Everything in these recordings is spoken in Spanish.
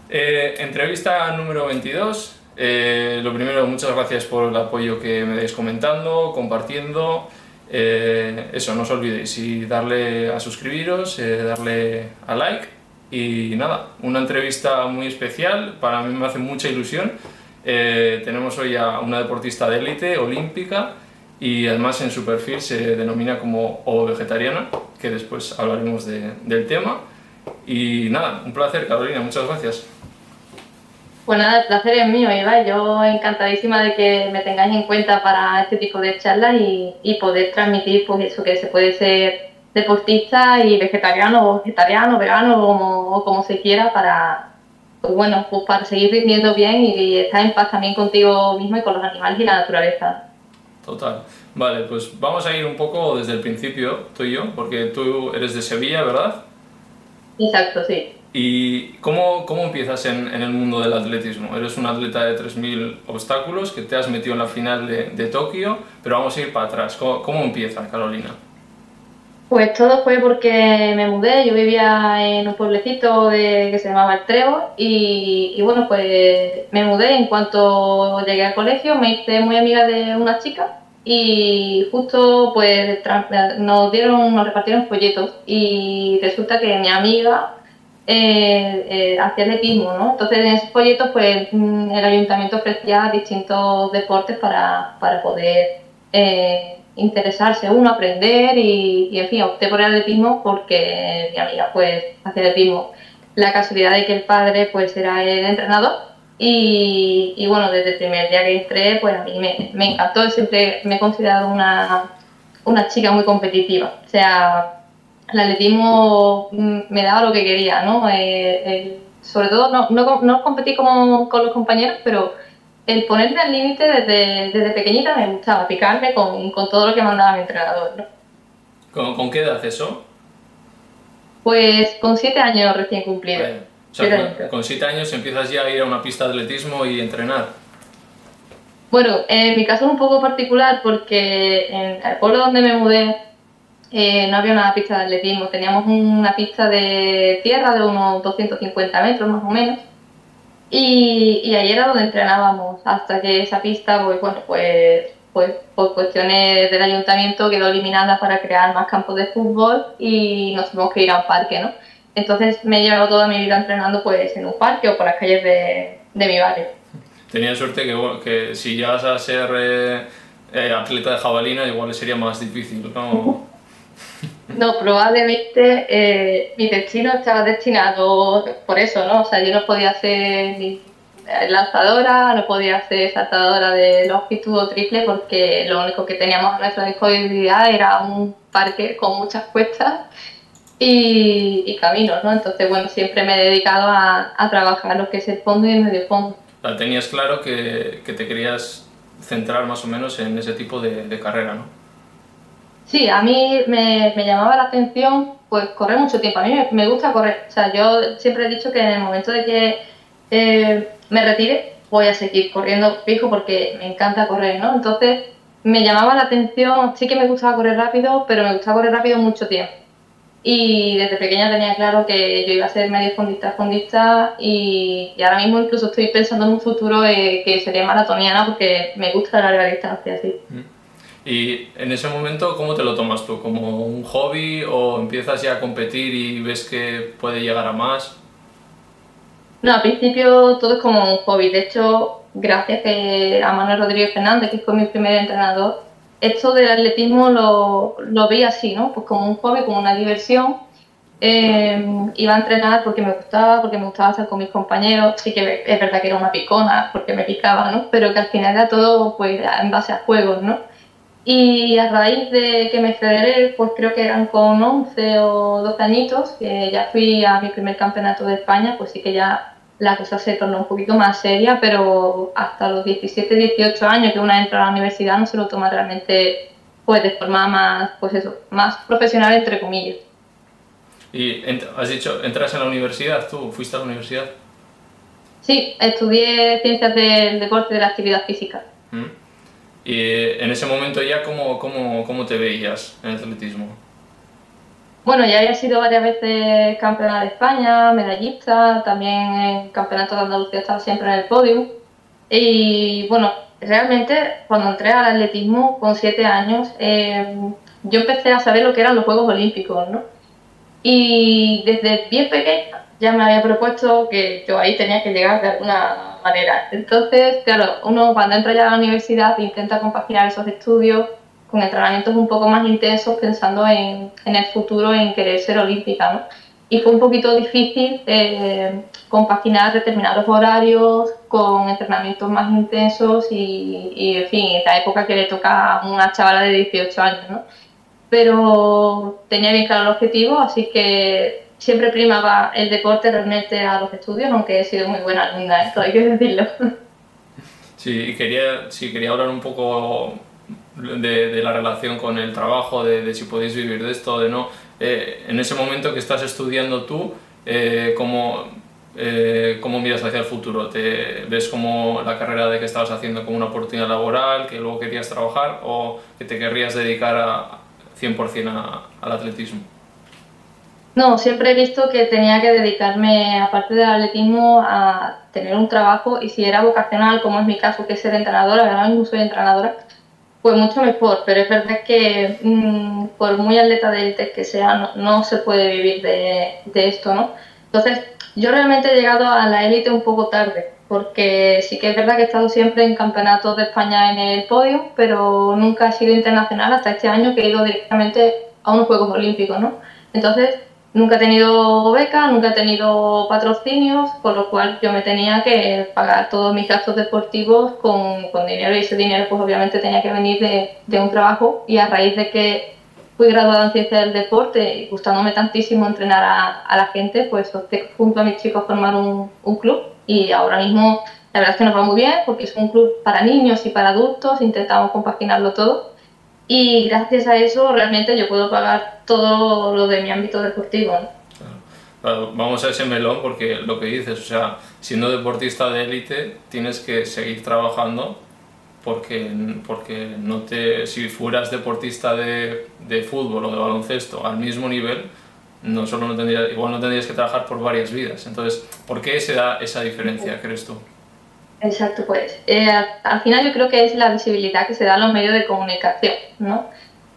Entrevista número 22. Lo primero, muchas gracias por el apoyo que me dais comentando, compartiendo. Eso, no os olvidéis y darle a suscribiros, darle a like. Y nada, una entrevista muy especial, para mí me hace mucha ilusión. Tenemos hoy a una deportista de élite, olímpica, y además en su perfil se denomina como ovo-vegetariana, que después hablaremos del tema. Y nada, un placer, Carolina, muchas gracias. Pues nada, el placer es mío, Eva. Yo encantadísima de que me tengáis en cuenta para este tipo de charlas y poder transmitir pues eso, que se puede ser deportista y vegetariano o vegetariano, vegano o como se quiera para, pues bueno, pues para seguir viviendo bien y estar en paz también contigo mismo y con los animales y la naturaleza. Total. Vale, pues vamos a ir un poco desde el principio, tú y yo, porque tú eres de Sevilla, ¿verdad? Exacto, sí. ¿Y cómo empiezas en el mundo del atletismo? Eres un atleta de 3000 obstáculos que te has metido en la final de Tokio, pero vamos a ir para atrás. ¿Cómo empieza, Carolina? Pues todo fue porque me mudé, yo vivía en un pueblecito que se llamaba El Trébol y bueno, pues me mudé. En cuanto llegué al colegio me hice muy amiga de una chica y justo pues nos repartieron folletos y resulta que mi amiga hacía atletismo, ¿no? Entonces en esos folletos pues el ayuntamiento ofrecía distintos deportes para poder interesarse uno, aprender y en fin, opté por el atletismo porque mi amiga pues hacía atletismo. La casualidad de que el padre pues era el entrenador y bueno, desde el primer día que entré pues a mí me encantó, siempre me he considerado una chica muy competitiva, o sea, el atletismo me daba lo que quería, ¿no? Sobre todo no competí como con los compañeros, pero el ponerme al límite desde pequeñita me gustaba, picarme con todo lo que mandaba mi entrenador, ¿no? ¿Con qué edad eso? Pues con 7 años recién cumplidos. Vaya. O sea, 7 años. con 7 años empiezas ya a ir a una pista de atletismo y entrenar. Bueno, en mi caso es un poco particular porque en el pueblo donde me mudé no había una pista de atletismo, teníamos una pista de tierra de unos 250 metros más o menos. Y ahí era donde entrenábamos, hasta que esa pista, pues bueno, pues por cuestiones del ayuntamiento quedó eliminada para crear más campos de fútbol y nos tuvimos que ir a un parque, ¿no? Entonces me he llevado toda mi vida entrenando pues en un parque o por las calles de mi barrio. Tenía suerte que si llegas a ser atleta de jabalina, igual sería más difícil, ¿no? No, probablemente mi destino estaba destinado por eso, ¿no? O sea, yo no podía ser ni lanzadora, no podía ser saltadora de longitud o triple porque lo único que teníamos a nuestra disponibilidad era un parque con muchas cuestas y caminos, ¿no? Entonces, bueno, siempre me he dedicado a trabajar lo que es el fondo y el medio fondo. O sea, tenías claro que te querías centrar más o menos en ese tipo de carrera, ¿no? Sí, a mí me llamaba la atención pues correr mucho tiempo. A mí me gusta correr. O sea, yo siempre he dicho que en el momento de que me retire voy a seguir corriendo fijo porque me encanta correr, ¿no? Entonces me llamaba la atención, sí que me gustaba correr rápido, pero me gustaba correr rápido mucho tiempo. Y desde pequeña tenía claro que yo iba a ser medio fondista y ahora mismo incluso estoy pensando en un futuro que sería maratoniana porque me gusta la larga distancia, sí. Y en ese momento, ¿cómo te lo tomas tú? ¿Como un hobby o empiezas ya a competir y ves que puede llegar a más? No, al principio todo es como un hobby. De hecho, gracias a Manuel Rodríguez Fernández, que fue mi primer entrenador, esto del atletismo lo vi así, ¿no? Pues como un hobby, como una diversión. Iba a entrenar porque me gustaba estar con mis compañeros. Sí que es verdad que era una picona, porque me picaba, ¿no? Pero que al final era todo pues en base a juegos, ¿no? Y a raíz de que me federé, pues creo que eran con 11 o 12 añitos, que ya fui a mi primer campeonato de España, pues sí que ya la cosa se tornó un poquito más seria, pero hasta los 17, 18 años que una entra a la universidad no se lo toma realmente pues de forma más, pues eso, más profesional entre comillas. Y has dicho, entras en la universidad, ¿tú fuiste a la universidad? Sí, estudié ciencias del deporte y de la actividad física. ¿Mm? Y en ese momento ya, ¿cómo te veías en el atletismo? Bueno, ya había sido varias veces campeona de España, medallista, también en campeonato de Andalucía estaba siempre en el podio. Y bueno, realmente cuando entré al atletismo con 7 años, yo empecé a saber lo que eran los Juegos Olímpicos, ¿no? Y desde bien pequeña ya me había propuesto que yo ahí tenía que llegar de alguna manera. Entonces, claro, uno cuando entra ya a la universidad intenta compaginar esos estudios con entrenamientos un poco más intensos pensando en el futuro, en querer ser olímpica, ¿no? Y fue un poquito difícil compaginar determinados horarios con entrenamientos más intensos en fin, en la época que le toca a una chavala de 18 años, ¿no? Pero tenía bien claro el objetivo, así que siempre primaba el deporte realmente a los estudios, aunque he sido muy buena alumna, esto hay que decirlo. Sí, quería hablar un poco de la relación con el trabajo, de si podéis vivir de esto o de no. En ese momento que estás estudiando tú, ¿cómo miras hacia el futuro? ¿Te ves como la carrera de que estabas haciendo como una oportunidad laboral, que luego querías trabajar o que te querrías dedicar 100% al atletismo? No, siempre he visto que tenía que dedicarme, aparte del atletismo, a tener un trabajo y si era vocacional, como es mi caso, que es ser entrenadora, que ahora mismo soy entrenadora, pues mucho mejor, pero es verdad que por muy atleta de élite que sea, no se puede vivir de esto, ¿no? Entonces, yo realmente he llegado a la élite un poco tarde, porque sí que es verdad que he estado siempre en campeonatos de España en el podio, pero nunca he sido internacional hasta este año que he ido directamente a unos Juegos Olímpicos, ¿no? Entonces, nunca he tenido beca, nunca he tenido patrocinios, por lo cual yo me tenía que pagar todos mis gastos deportivos con dinero y ese dinero pues obviamente tenía que venir de un trabajo y a raíz de que fui graduada en Ciencias del Deporte y gustándome tantísimo entrenar a la gente, pues opté junto a mis chicos a formar un club y ahora mismo la verdad es que nos va muy bien porque es un club para niños y para adultos, intentamos compaginarlo todo y gracias a eso realmente yo puedo pagar todo lo de mi ámbito deportivo, ¿no? Claro, vamos a ese melón porque lo que dices, o sea, siendo deportista de élite tienes que seguir trabajando porque si fueras deportista de fútbol o de baloncesto al mismo nivel, igual no tendrías que trabajar por varias vidas. Entonces, ¿por qué se da esa diferencia, crees tú? Exacto, pues al final yo creo que es la visibilidad que se da en los medios de comunicación, ¿no?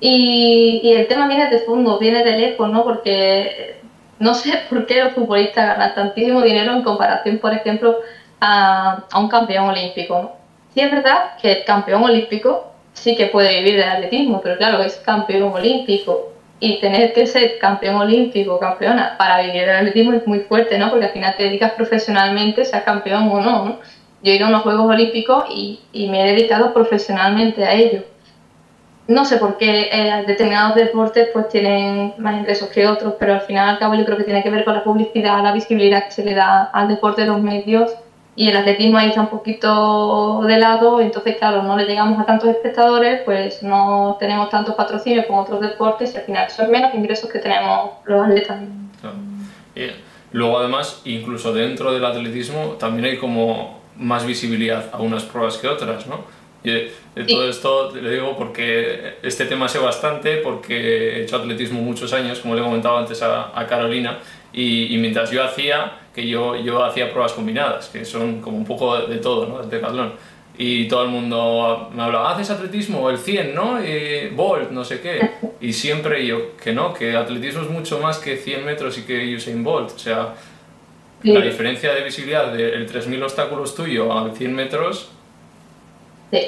Y el tema viene de fondo, viene de lejos, ¿no? Porque no sé por qué los futbolistas ganan tantísimo dinero en comparación, por ejemplo, a un campeón olímpico, ¿no? Sí es verdad que el campeón olímpico sí que puede vivir del atletismo, pero claro, es campeón olímpico y tener que ser campeón olímpico, campeona, para vivir del atletismo es muy fuerte, ¿no? Porque al final te dedicas profesionalmente, seas campeón o no, ¿no? Yo he ido a unos Juegos Olímpicos y me he dedicado profesionalmente a ello. No sé por qué determinados deportes pues tienen más ingresos que otros, pero al final y al cabo yo creo que tiene que ver con la publicidad, la visibilidad que se le da al deporte de los medios y el atletismo ahí está un poquito de lado, entonces claro, no le llegamos a tantos espectadores, pues no tenemos tantos patrocinios como otros deportes y al final son menos ingresos que tenemos los atletas. Claro. Y luego además, incluso dentro del atletismo también hay como más visibilidad a unas pruebas que otras, ¿no? Y de todo esto le digo porque este tema sé bastante, porque he hecho atletismo muchos años, como le he comentado antes a Carolina, y mientras yo hacía pruebas combinadas, que son como un poco de todo, ¿no? El decatlón. Y todo el mundo me hablaba, ¿haces atletismo? El 100, ¿no? Bolt, no sé qué. Y siempre yo, que no, que atletismo es mucho más que 100 metros y que Usain Bolt. O sea, Sí. la diferencia de visibilidad del 3000 obstáculos tuyo a 100 metros... Sí.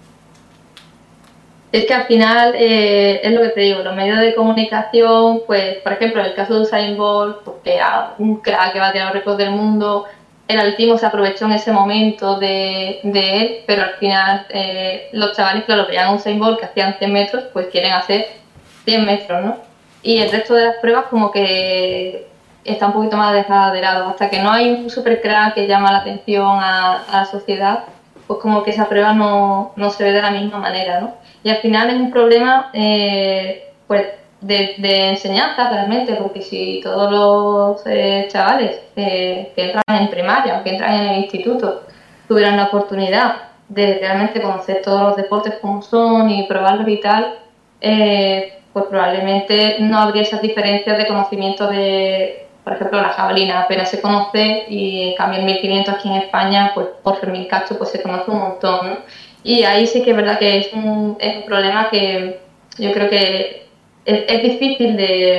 Es que al final es lo que te digo, los medios de comunicación, pues por ejemplo en el caso de Usain Bolt, porque era un crack que batía los récords del mundo, el atletismo se aprovechó en ese momento de él, pero al final los chavales, claro, veían a Usain Bolt que hacían 100 metros, pues quieren hacer 100 metros, ¿no? Y el resto de las pruebas como que está un poquito más dejada de lado, hasta que no hay un super crack que llama la atención a la sociedad, pues como que esa prueba no se ve de la misma manera, ¿no? Y al final es un problema pues de enseñanza realmente, porque si todos los chavales que entran en primaria o que entran en el instituto tuvieran la oportunidad de realmente conocer todos los deportes como son y probarlos y tal, pues probablemente no habría esas diferencias de conocimiento de, por ejemplo, la jabalina apenas se conoce y en cambio en 1500 aquí en España, pues por Fermín Cacho pues se conoce un montón, ¿no? Y ahí sí que es verdad que es un problema que yo creo que es difícil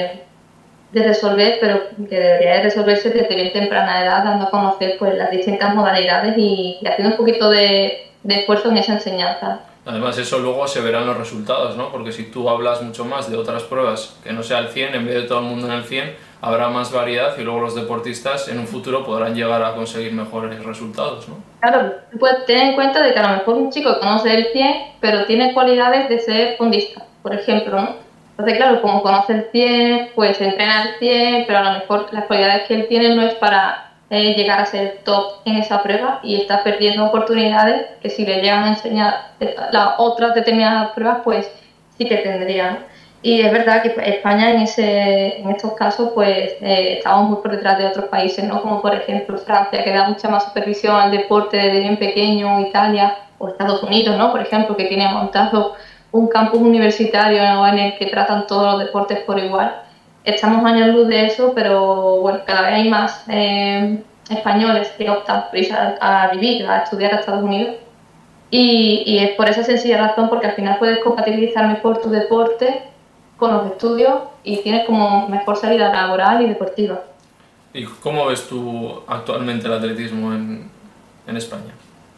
de resolver, pero que debería de resolverse desde bien temprana edad, dando a conocer pues las distintas modalidades y haciendo un poquito de esfuerzo en esa enseñanza. Además, eso luego se verán los resultados, ¿no? Porque si tú hablas mucho más de otras pruebas que no sea el 100, en vez de todo el mundo en el 100, habrá más variedad y luego los deportistas en un futuro podrán llegar a conseguir mejores resultados, ¿no? Claro, pues tener en cuenta de que a lo mejor un chico conoce el 100, pero tiene cualidades de ser fondista, por ejemplo, ¿no? Entonces, claro, como conoce el 100, pues entrena el 100, pero a lo mejor las cualidades que él tiene no es para llegar a ser top en esa prueba y está perdiendo oportunidades que si le llegan a enseñar las otras determinadas pruebas, pues sí que tendría, ¿no? Y es verdad que España en estos casos pues estamos muy por detrás de otros países, ¿no? Como por ejemplo Francia, que da mucha más supervisión al deporte desde bien pequeño, Italia o Estados Unidos, ¿no? Por ejemplo, que tiene montado un campus universitario, ¿no? En el que tratan todos los deportes por igual. Estamos años luz de eso, pero bueno, cada vez hay más españoles que optan por irse a vivir, a estudiar a Estados Unidos. Y es por esa sencilla razón, porque al final puedes compatibilizar mejor tu deporte con los estudios y tienes como mejor salida laboral y deportiva. ¿Y cómo ves tú actualmente el atletismo en España?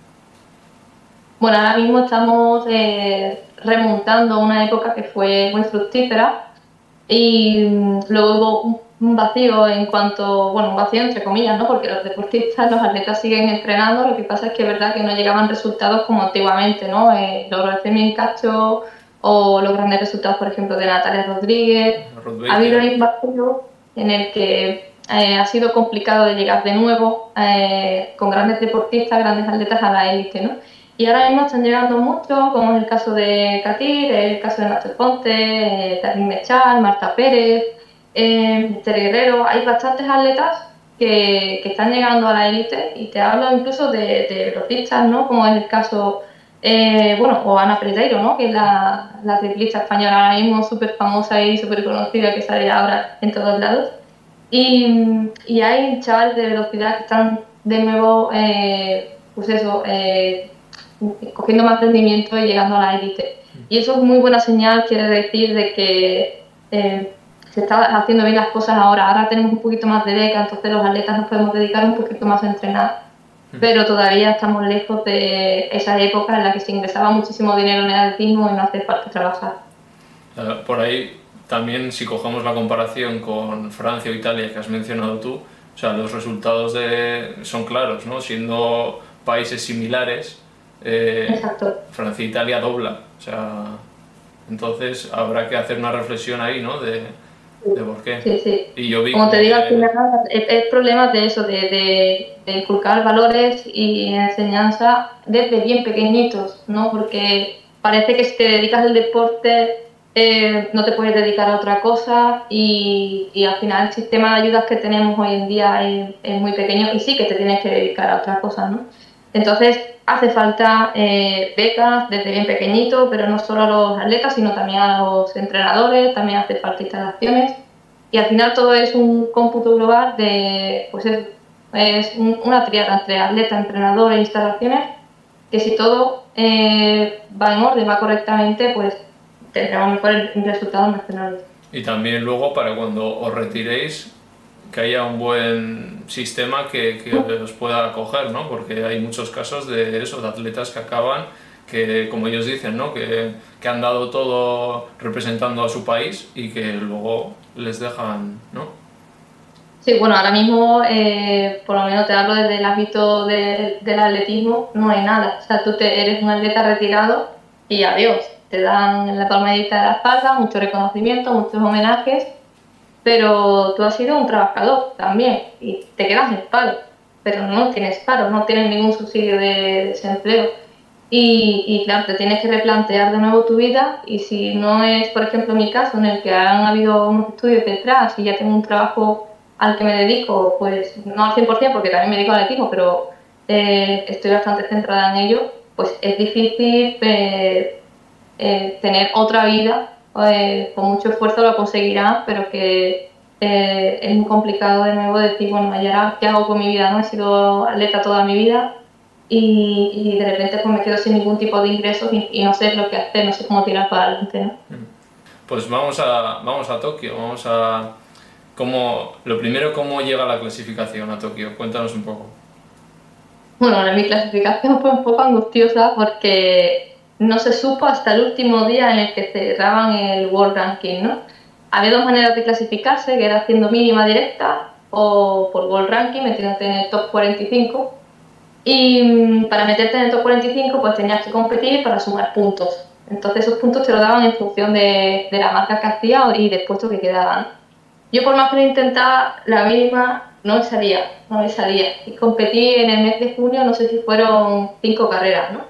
Bueno, ahora mismo estamos remontando una época que fue muy fructífera y luego hubo un vacío en cuanto, bueno, un vacío entre comillas, ¿no? Porque los deportistas, los atletas siguen entrenando, lo que pasa es que es verdad que no llegaban resultados como antiguamente, ¿no? Logro de Fermín Cacho o los grandes resultados, por ejemplo, de Natalia Rodríguez. Ha habido ahí un vacío en el que ha sido complicado de llegar de nuevo con grandes deportistas, grandes atletas a la élite, ¿no? Y ahora mismo están llegando muchos, como es el caso de Katir, el caso de Nacho Ponte, David Mechal, Marta Pérez, Esther Guerrero. Hay bastantes atletas que están llegando a la élite y te hablo incluso de velocistas, ¿no? Como es el caso, bueno, o Ana Peleiro, ¿no? Que es la triplista española ahora mismo súper famosa y súper conocida que sale ahora en todos lados. Y hay chavales de velocidad que están de nuevo, pues eso, cogiendo más rendimiento y llegando a la élite. Y eso es muy buena señal, quiere decir de que se está haciendo bien las cosas ahora. Ahora tenemos un poquito más de beca, entonces los atletas nos podemos dedicar un poquito más a entrenar. Pero todavía estamos lejos de esa época en la que se ingresaba muchísimo dinero en el atletismo y no hace falta trabajar. Por ahí también, si cogemos la comparación con Francia o Italia que has mencionado tú, o sea, los resultados son claros, ¿no? Siendo países similares, Francia e Italia dobla, o sea, entonces habrá que hacer una reflexión ahí, ¿no? De por qué. Sí, sí. Y yo vi como te digo, al final es problema de eso, de inculcar valores y enseñanza desde bien pequeñitos, ¿no? Porque parece que si te dedicas al deporte no te puedes dedicar a otra cosa y al final el sistema de ayudas que tenemos hoy en día es muy pequeño y sí que te tienes que dedicar a otra cosa, ¿no? Entonces hace falta becas desde bien pequeñito, pero no solo a los atletas, sino también a los entrenadores, también hace falta instalaciones y al final todo es un cómputo global de, pues es una triada entre atleta, entrenador e instalaciones, que si todo va en orden, va correctamente, pues tendremos mejores resultados nacionales. Y también luego para cuando os retiréis, que haya un buen sistema que os pueda acoger, ¿no? Porque hay muchos casos de eso, de atletas que acaban, que como ellos dicen, ¿no? Que han dado todo representando a su país y que luego les dejan, ¿no? Sí, bueno, ahora mismo, por lo menos te hablo desde el ámbito del atletismo, no hay nada. O sea, tú eres un atleta retirado y adiós. Te dan la palmadita de la espalda, mucho reconocimiento, muchos homenajes, pero tú has sido un trabajador también y te quedas en paro, pero no tienes paro, no tienes ningún subsidio de desempleo. Y claro, te tienes que replantear de nuevo tu vida y si no es, por ejemplo, mi caso, en el que han habido unos estudios detrás y ya tengo un trabajo al que me dedico, pues no al 100% porque también me dedico al atletismo, pero estoy bastante centrada en ello, pues es difícil tener otra vida con mucho esfuerzo lo conseguirán, pero que es muy complicado de nuevo decir, bueno, ¿y ahora qué hago con mi vida? ¿No? He sido atleta toda mi vida y de repente pues me quedo sin ningún tipo de ingresos y no sé lo que hacer, no sé cómo tirar para adelante, ¿no? Pues vamos a Tokio, lo primero, ¿cómo llega la clasificación a Tokio? Cuéntanos un poco. Bueno, mi clasificación fue un poco angustiosa porque no se supo hasta el último día en el que cerraban el World Ranking, ¿no? Había dos maneras de clasificarse, que era haciendo mínima directa o por World Ranking, metiéndote en el top 45. Y para meterte en el top 45, pues tenías que competir para sumar puntos. Entonces esos puntos te los daban en función de la marca que hacías y del puesto que quedaban. Yo por más que lo intentaba, la mínima no me salía. Y competí en el mes de junio, no sé si fueron 5 carreras, ¿no?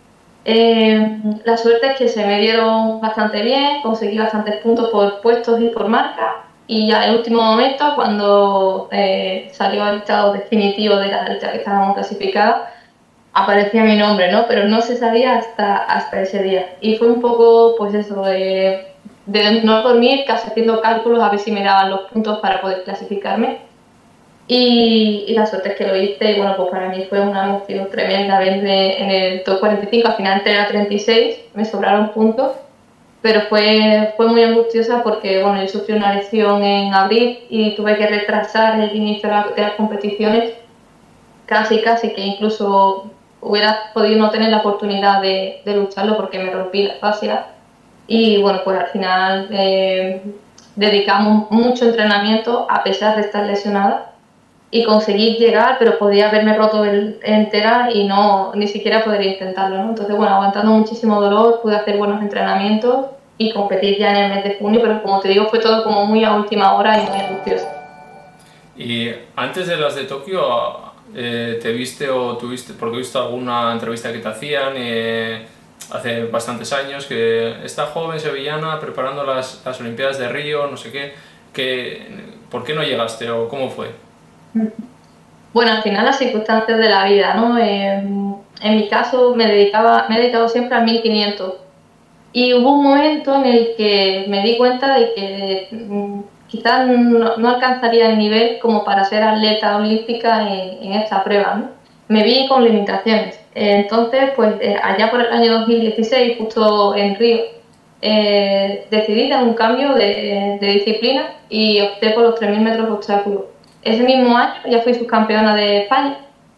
La suerte es que se me dieron bastante bien, conseguí bastantes puntos por puestos y por marca. Y ya en el último momento, cuando salió el listado definitivo de las atletas que estábamos clasificadas, aparecía mi nombre, ¿no? Pero no se sabía hasta ese día. Y fue un poco, pues eso, de no dormir, casi haciendo cálculos a ver si me daban los puntos para poder clasificarme. Y la suerte es que lo hice y bueno, pues para mí fue una emoción tremenda verme en el top 45, al final entré a 36, me sobraron puntos, pero fue muy angustiosa porque bueno, yo sufrí una lesión en abril y tuve que retrasar el inicio de las competiciones, casi que incluso hubiera podido no tener la oportunidad de lucharlo porque me rompí la fascia y bueno, pues al final dedicamos mucho entrenamiento a pesar de estar lesionada y conseguir llegar, pero podía haberme roto entera y no ni siquiera poder intentarlo, ¿no? Entonces, bueno, aguantando muchísimo dolor, pude hacer buenos entrenamientos y competir ya en el mes de junio, pero como te digo, fue todo como muy a última hora y muy angustioso. Y antes de las de Tokio, ¿te viste o tuviste, porque he visto alguna entrevista que te hacían hace bastantes años, que esta joven sevillana preparando las Olimpiadas de Río, no sé qué, ¿por qué no llegaste o cómo fue? Bueno, al final las circunstancias de la vida, ¿no? En mi caso me he dedicado siempre al 1500 y hubo un momento en el que me di cuenta de que quizás no alcanzaría el nivel como para ser atleta olímpica en esta prueba, ¿no? Me vi con limitaciones. Entonces, pues allá por el año 2016, justo en Río, decidí dar un cambio de disciplina y opté por los 3000 metros de obstáculos. Ese mismo año ya fui subcampeona de España,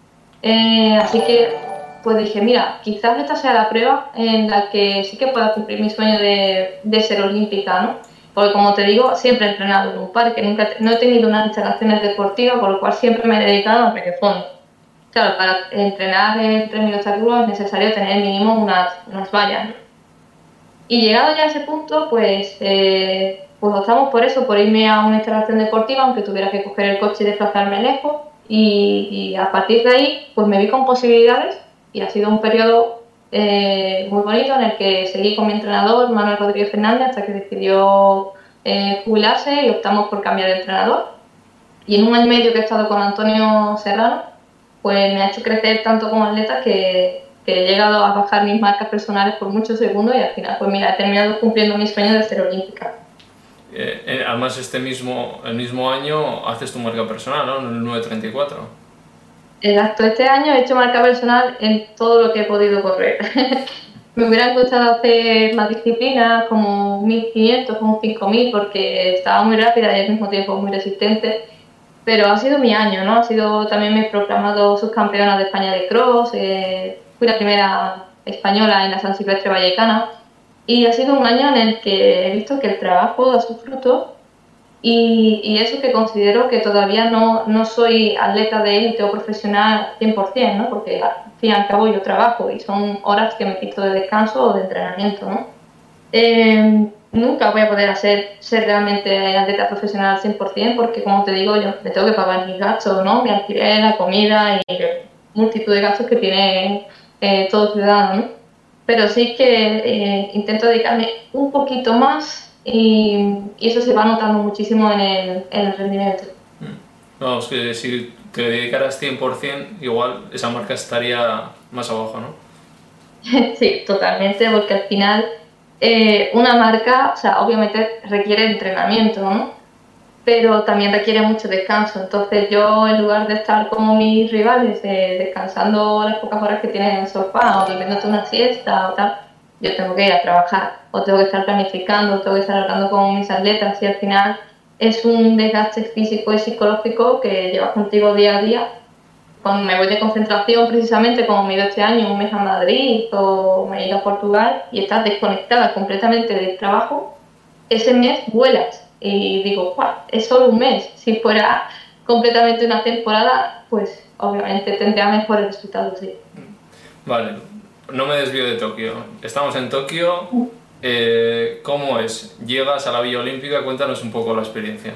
así que pues dije, mira, quizás esta sea la prueba en la que sí que pueda cumplir mi sueño de ser olímpica, ¿no? Porque como te digo, siempre he entrenado en un parque, no he tenido unas instalaciones deportivas, por lo cual siempre me he dedicado a megafondo. Claro, para entrenar en 3000 obstáculos es necesario tener mínimo unas vallas, ¿no? Y llegado ya a ese punto, pues optamos por eso, por irme a una instalación deportiva, aunque tuviera que coger el coche y desplazarme lejos. Y a partir de ahí, pues me vi con posibilidades y ha sido un periodo muy bonito en el que seguí con mi entrenador, Manuel Rodríguez Fernández, hasta que decidió jubilarse y optamos por cambiar de entrenador. Y en un año y medio que he estado con Antonio Serrano, pues me ha hecho crecer tanto como atleta que he llegado a bajar mis marcas personales por muchos segundos y al final, pues mira, he terminado cumpliendo mi sueño de ser olímpica. Además, el mismo año haces tu marca personal, ¿no? En el 9:34. Exacto, este año he hecho marca personal en todo lo que he podido correr. Me hubiera gustado hacer más disciplinas como 1500, como 5000, porque estaba muy rápida y al mismo tiempo muy resistente. Pero ha sido mi año, ¿no? Ha sido, también me he proclamado subcampeona de España de cross, fui la primera española en la San Silvestre Vallecana y ha sido un año en el que he visto que el trabajo da sus frutos y eso que considero que todavía no soy atleta de élite o profesional 100%, ¿no? Porque al fin y al cabo yo trabajo y son horas que me quito de descanso o de entrenamiento, ¿no? Nunca voy a poder ser realmente atleta profesional al 100% porque, como te digo, yo me tengo que pagar mis gastos, ¿no? Mi alquiler, la comida y multitud de gastos que tiene todo ciudadano, ¿no? Pero sí que intento dedicarme un poquito más y eso se va notando muchísimo en el rendimiento. Vamos, que si te dedicaras 100%, igual esa marca estaría más abajo, ¿no? Sí, totalmente, porque al final una marca, o sea, obviamente requiere entrenamiento, ¿no? Pero también requiere mucho descanso. Entonces yo, en lugar de estar como mis rivales, descansando las pocas horas que tienen en el sofá o durmiéndote una siesta o tal, yo tengo que ir a trabajar o tengo que estar planificando, o tengo que estar hablando con mis atletas y al final es un desgaste físico y psicológico que llevas contigo día a día. Cuando me voy de concentración, precisamente como me he ido este año un mes a Madrid o me he ido a Portugal y estás desconectada completamente del trabajo, ese mes vuelas y digo, "Guau, es solo un mes". Si fuera completamente una temporada, pues obviamente tendría mejores resultados, sí. Vale, no me desvío de Tokio. Estamos en Tokio. ¿Cómo es? Llegas a la Villa Olímpica, cuéntanos un poco la experiencia.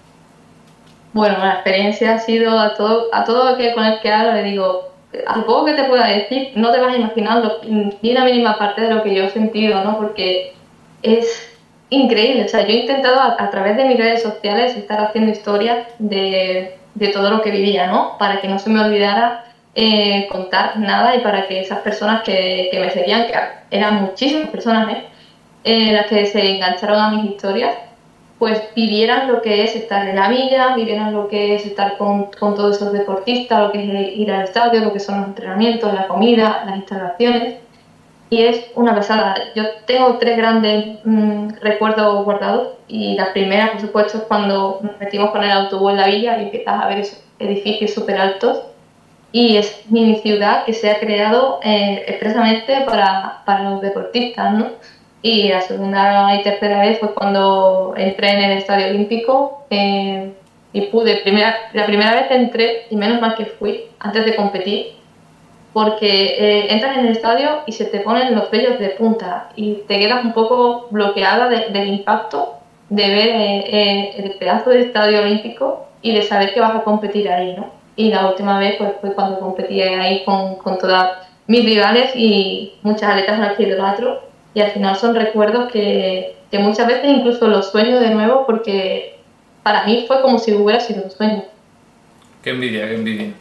Bueno, la experiencia ha sido a todo aquel con el que hablo, le digo, al poco que te pueda decir, no te vas a imaginar ni una mínima parte de lo que yo he sentido, ¿no? Porque es increíble. O sea, yo he intentado a través de mis redes sociales estar haciendo historias de todo lo que vivía, ¿no? Para que no se me olvidara contar nada y para que esas personas que me seguían, que eran muchísimas personas, las que se engancharon a mis historias, pues vivieran lo que es estar en la villa, vivieran lo que es estar con todos esos deportistas, lo que es ir al estadio, lo que son los entrenamientos, la comida, las instalaciones. Y es una pasada. Yo tengo tres grandes recuerdos guardados y la primera, por supuesto, es cuando nos metimos con el autobús en la villa y empiezas a ver esos edificios súper altos y es mini ciudad que se ha creado expresamente para los deportistas, ¿no? Y la segunda y tercera vez fue cuando entré en el Estadio Olímpico y la primera vez entré, y menos mal que fui, antes de competir, porque entras en el estadio y se te ponen los vellos de punta y te quedas un poco bloqueada del impacto de ver el pedazo del Estadio Olímpico y de saber que vas a competir ahí, ¿no? Y la última vez pues, fue cuando competí ahí con todas mis rivales y muchas atletas a las que idolatro, y al final son recuerdos que muchas veces incluso los sueño de nuevo porque para mí fue como si hubiera sido un sueño. Qué envidia, qué envidia.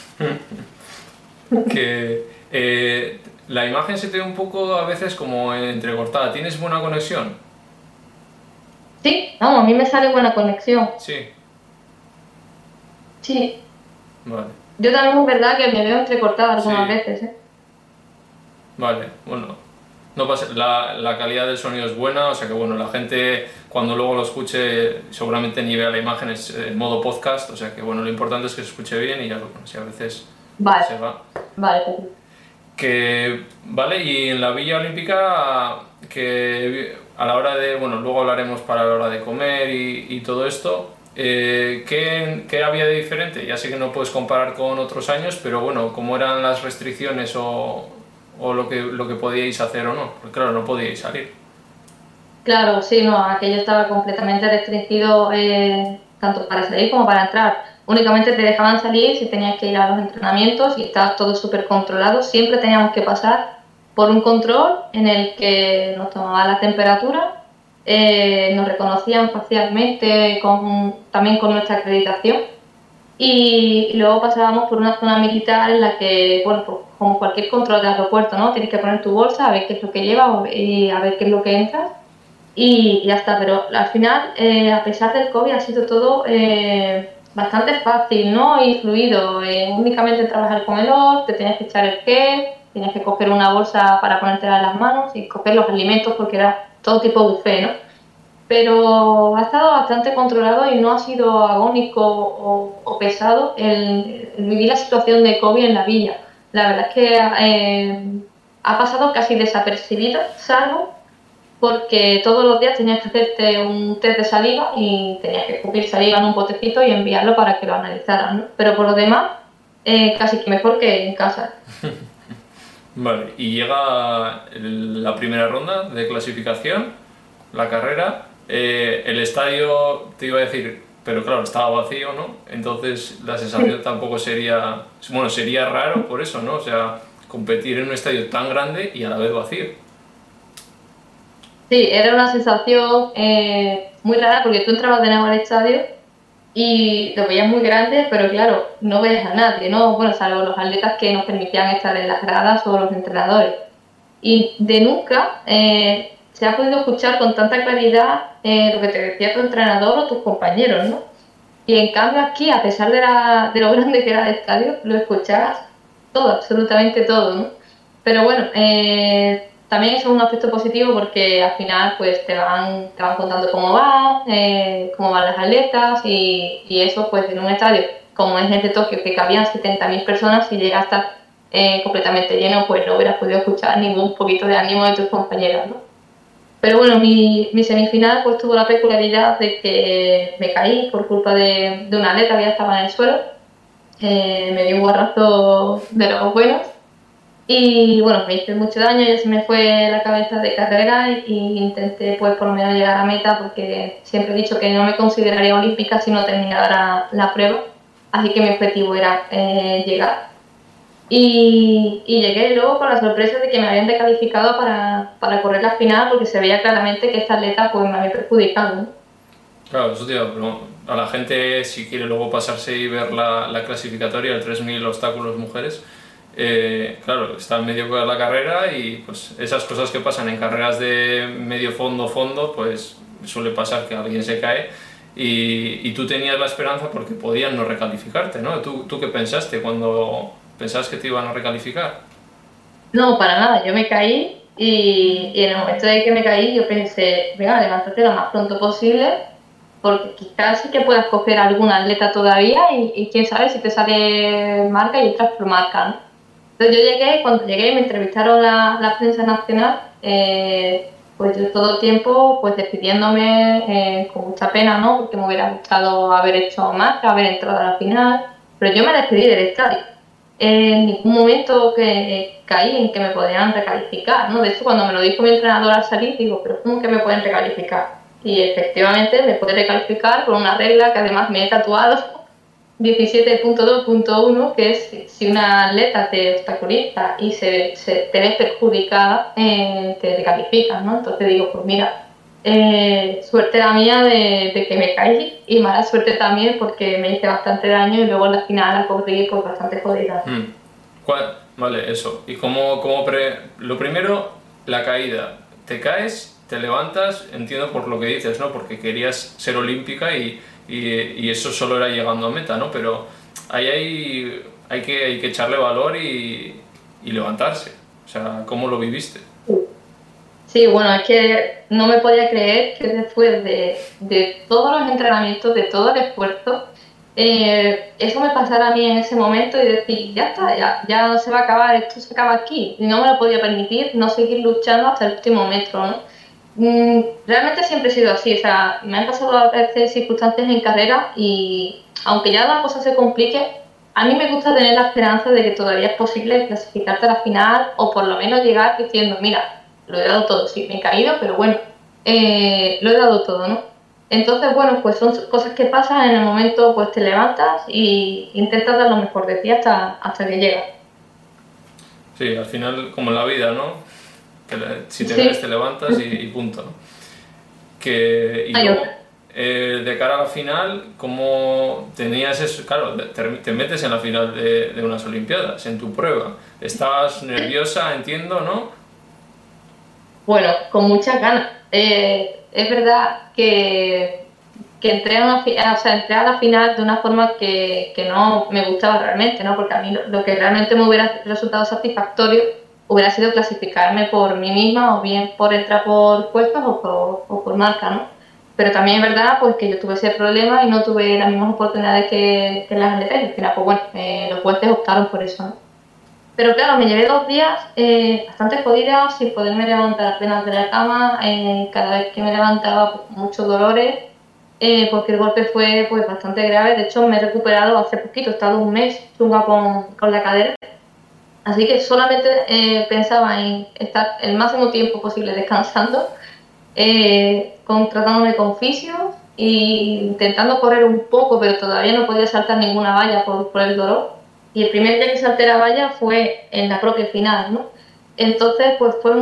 Que la imagen se te ve un poco a veces como entrecortada. ¿Tienes buena conexión? Sí, vamos, a mí me sale buena conexión. Sí, Sí, vale. yo también es verdad que me veo entrecortada algunas Sí, veces, ¿eh? vale, bueno. No pasa, la calidad del sonido es buena, o sea que bueno, la gente cuando luego lo escuche seguramente ni vea la imagen, es en modo podcast, o sea que bueno, lo importante es que se escuche bien y ya, bueno, si a veces Vale, se va. vale, perfecto. Que, vale, y en la Villa Olímpica, que a la hora de, bueno, luego hablaremos para la hora de comer y todo esto, ¿qué había de diferente? Ya sé que no puedes comparar con otros años, pero bueno, ¿cómo eran las restricciones o lo que podíais hacer o no? Porque claro, no podíais salir. Claro, sí, no, aquello estaba completamente restringido tanto para salir como para entrar. Únicamente te dejaban salir si tenías que ir a los entrenamientos y estaba todo súper controlado. Siempre teníamos que pasar por un control en el que nos tomaban la temperatura, nos reconocían facialmente también con nuestra acreditación y luego pasábamos por una zona militar en la que, bueno, pues, como cualquier control de aeropuerto, ¿no? Tienes que poner tu bolsa, a ver qué es lo que llevas y a ver qué es lo que entras y ya está. Pero al final, a pesar del COVID, ha sido todo bastante fácil, ¿no? Y fluido. Únicamente trabajar con el OR, te tenías que echar el gel, tenías que coger una bolsa para ponértela en las manos y coger los alimentos porque era todo tipo buffet, ¿no? Pero ha estado bastante controlado y no ha sido agónico o pesado el vivir la situación de COVID en la villa. La verdad es que ha pasado casi desapercibido, salvo porque todos los días tenías que hacerte un test de saliva y tenías que escupir saliva en un botecito y enviarlo para que lo analizaran, ¿no? Pero por lo demás, casi que mejor que en casa. Vale, y llega la primera ronda de clasificación, la carrera, el estadio, te iba a decir, pero claro, estaba vacío, ¿no? Entonces la sensación tampoco sería, bueno, sería raro por eso, ¿no? O sea, competir en un estadio tan grande y a la vez vacío. Sí, era una sensación muy rara porque tú entrabas de nuevo al estadio y lo veías muy grande, pero claro, no ves a nadie, ¿no? Bueno, salvo los atletas que nos permitían estar en las gradas o los entrenadores. Y de nunca se ha podido escuchar con tanta claridad lo que te decía tu entrenador o tus compañeros, ¿no? Y en cambio aquí, a pesar de lo grande que era el estadio, lo escuchabas todo, absolutamente todo, ¿no? Pero bueno, también eso es un aspecto positivo porque al final pues te van contando cómo van las atletas y eso pues en un estadio como es el de Tokio, que cabían 70.000 personas, si llega a estar completamente lleno, pues no hubieras podido escuchar ningún poquito de ánimo de tus compañeros, ¿no? Pero bueno, mi semifinal pues tuvo la peculiaridad de que me caí por culpa de una atleta que ya estaba en el suelo. Me dio un guarrazo de los buenos y bueno, me hice mucho daño, ya se me fue la cabeza de carrera y intenté pues por lo menos llegar a meta porque siempre he dicho que no me consideraría olímpica si no terminara la prueba, así que mi objetivo era llegar. Y llegué luego con la sorpresa de que me habían recalificado para correr la final porque se veía claramente que esta atleta pues me había perjudicado, ¿no? Claro, eso te digo, pero a la gente si quiere luego pasarse y ver la clasificatoria, el 3000 obstáculos mujeres, claro, está en medio de la carrera y pues esas cosas que pasan en carreras de medio fondo, pues suele pasar que alguien se cae y tú tenías la esperanza porque podían no recalificarte, ¿no? ¿Tú qué pensaste cuando pensabas que te iban a recalificar? No, para nada, yo me caí y en el momento de que me caí yo pensé, venga, levántate lo más pronto posible porque quizás sí que puedas coger alguna atleta todavía y quién sabe si te sale marca y otras por marca, ¿no? Entonces yo llegué, cuando llegué me entrevistaron la prensa nacional, pues yo todo el tiempo pues despidiéndome con mucha pena, ¿no? Porque me hubiera gustado haber hecho más, haber entrado a la final, pero yo me despedí del estadio. En ningún momento que caí en que me podían recalificar, ¿no? De hecho, cuando me lo dijo mi entrenador al salir, digo, pero ¿cómo que me pueden recalificar? Y efectivamente me puede recalificar con una regla que además me he tatuado 17.2.1, que es si una atleta te obstaculiza y te ves perjudicada, te descalifican, ¿no? Entonces digo, pues mira, suerte la mía de que me caí y mala suerte también porque me hice bastante daño y luego en la final la corrí pues bastante jodida. Vale, eso. ¿Y lo primero, la caída? ¿Te caes? ¿Te levantas? Entiendo por lo que dices, ¿no? Porque querías ser olímpica y eso solo era llegando a meta, ¿no? Pero ahí hay que echarle valor y levantarse. O sea, ¿cómo lo viviste? Sí, bueno, es que no me podía creer que después de todos los entrenamientos, de todo el esfuerzo, eso me pasara a mí en ese momento y decir, ya está, ya no se va a acabar, esto se acaba aquí. Y no me lo podía permitir no seguir luchando hasta el último metro, ¿no? Realmente siempre he sido así, o sea, me han pasado a veces circunstancias en carrera y aunque ya la cosa se complique, a mí me gusta tener la esperanza de que todavía es posible clasificarte a la final o por lo menos llegar diciendo, mira, lo he dado todo, sí, me he caído, pero bueno, lo he dado todo, ¿no? Entonces, bueno, pues son cosas que pasan en el momento, pues te levantas e intentas dar lo mejor de ti hasta que llegas. Sí, al final, como en la vida, ¿no? Si te Sí. caes, te levantas y punto, ¿no? Y Hay luego, otra. de cara a la final, ¿cómo tenías eso? Claro, te metes en la final de unas Olimpiadas, en tu prueba. Estabas nerviosa, entiendo, ¿no? Bueno, con muchas ganas. Es verdad que entré a la final de una forma que no me gustaba realmente, ¿no? Porque a mí lo que realmente me hubiera resultado satisfactorio hubiera sido clasificarme por mí misma o bien por entrar por puestos o por marca, ¿no? Pero también es verdad pues, que yo tuve ese problema y no tuve las mismas oportunidades que las atletas. Al final, pues bueno, los jueces optaron por eso, ¿no? Pero claro, me llevé 2 días bastante jodida, sin poderme levantar apenas de la cama. Cada vez que me levantaba, pues, muchos dolores, porque el golpe fue pues, bastante grave. De hecho, me he recuperado hace poquito, he estado un mes chunga con la cadera. Así que solamente pensaba en estar el máximo tiempo posible descansando, tratándome con fisios e intentando correr un poco, pero todavía no podía saltar ninguna valla por el dolor. Y el primer día que salté la valla fue en la propia final, ¿no? Entonces, pues fue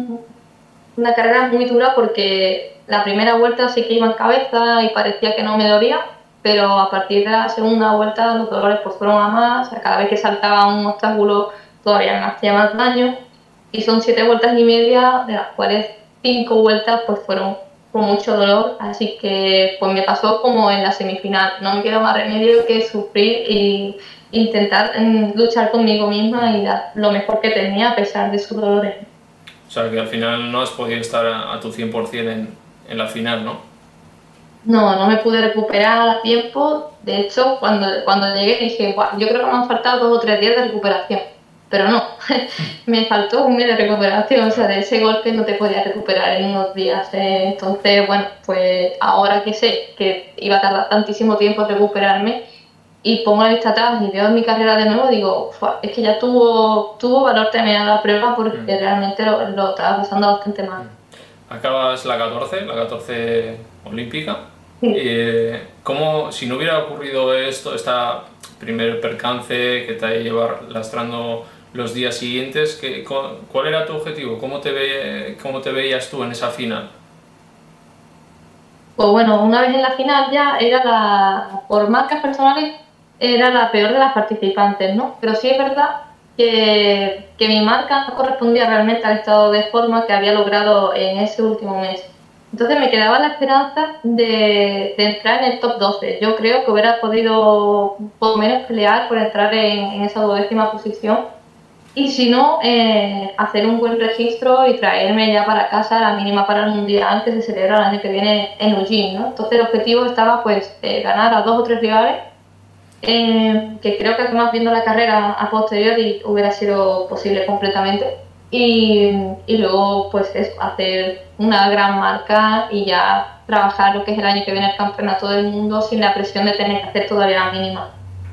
una carrera muy dura porque la primera vuelta sí que iba en cabeza y parecía que no me dolía, pero a partir de la segunda vuelta los dolores pues fueron a más, cada vez que saltaba un obstáculo todavía me hacía más daño y son 7 vueltas y media, de las cuales 5 vueltas pues fueron con mucho dolor, así que pues me pasó como en la semifinal. No me quedó más remedio que sufrir e intentar luchar conmigo misma y dar lo mejor que tenía a pesar de sus dolores. O sea, que al final no has podido estar a tu 100% en la final, ¿no? No, no me pude recuperar a tiempo. De hecho, cuando llegué dije, "Buah, yo creo que me han faltado 2 o 3 días de recuperación". Pero no, me faltó un mes de recuperación, o sea, de ese golpe no te podías recuperar en unos días. Entonces, bueno, pues ahora que sé que iba a tardar tantísimo tiempo en recuperarme y pongo la vista atrás y veo mi carrera de nuevo, digo, "Fua, es que ya tuvo valor terminar la prueba porque realmente lo estaba pasando bastante mal". Acabas la 14 olímpica. Sí. ¿Cómo, si no hubiera ocurrido esto, esta primer percance que te ha llevado lastrando los días siguientes, ¿cuál era tu objetivo? ¿Cómo te veías tú en esa final? Pues bueno, una vez en la final ya por marcas personales, era la peor de las participantes, ¿no? Pero sí es verdad que mi marca no correspondía realmente al estado de forma que había logrado en ese último mes. Entonces me quedaba la esperanza de entrar en el top 12. Yo creo que hubiera podido por lo menos pelear por entrar en esa 12ª posición y si no, hacer un buen registro y traerme ya para casa la mínima para el Mundial que se celebra el año que viene en Eugene, ¿no? Entonces el objetivo estaba pues ganar a 2 o 3 rivales, que creo que además viendo la carrera a posteriori hubiera sido posible completamente. Y luego pues hacer una gran marca y ya trabajar lo que es el año que viene el campeonato del mundo sin la presión de tener que hacer todavía la mínima.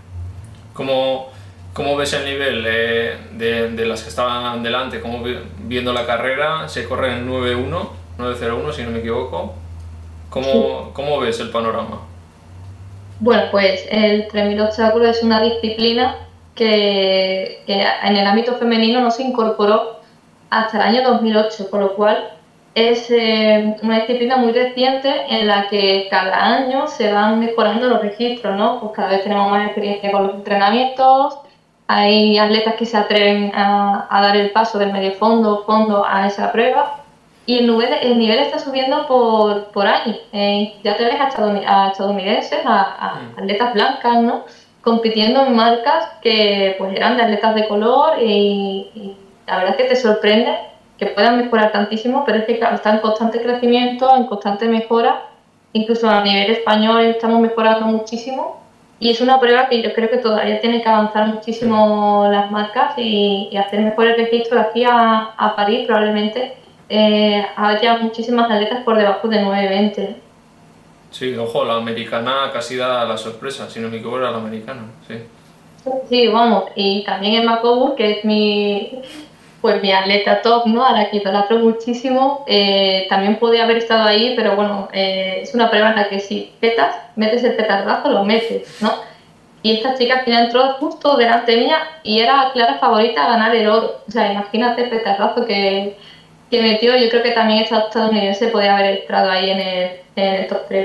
¿Cómo ves el nivel de las que estaban delante? Viendo la carrera, se corre en 9-1, 9-0-1 si no me equivoco. ¿Cómo ves el panorama? Bueno, pues el 3000 obstáculos es una disciplina que en el ámbito femenino no se incorporó hasta el año 2008, por lo cual es una disciplina muy reciente en la que cada año se van mejorando los registros, ¿no? Pues cada vez tenemos más experiencia con los entrenamientos, hay atletas que se atreven a dar el paso del medio fondo a esa prueba y el nivel está subiendo por año. Ya te ves a estadounidenses, a atletas blancas, ¿no? Compitiendo en marcas que pues eran de atletas de color y la verdad es que te sorprende que puedan mejorar tantísimo, pero es que claro, está en constante crecimiento, en constante mejora, incluso a nivel español estamos mejorando muchísimo y es una prueba que yo creo que todavía tiene que avanzar muchísimo las marcas y hacer mejores registros de aquí a París probablemente. Haya muchísimas atletas por debajo de 9:20. Sí, ojo, la americana casi da la sorpresa, si no me equivoco era la americana, sí. Sí, vamos, y también Emma Coburn, que es pues mi atleta top, ¿no? A la que idolatro muchísimo, también podía haber estado ahí, pero bueno, es una prueba en la que si petas, metes el petardazo, lo metes, ¿no? Y esta chica al final entró justo delante mía y era clara favorita a ganar el oro. O sea, imagínate el petardazo que metió. Yo creo que también esta estadounidense podía haber entrado ahí en el top 3.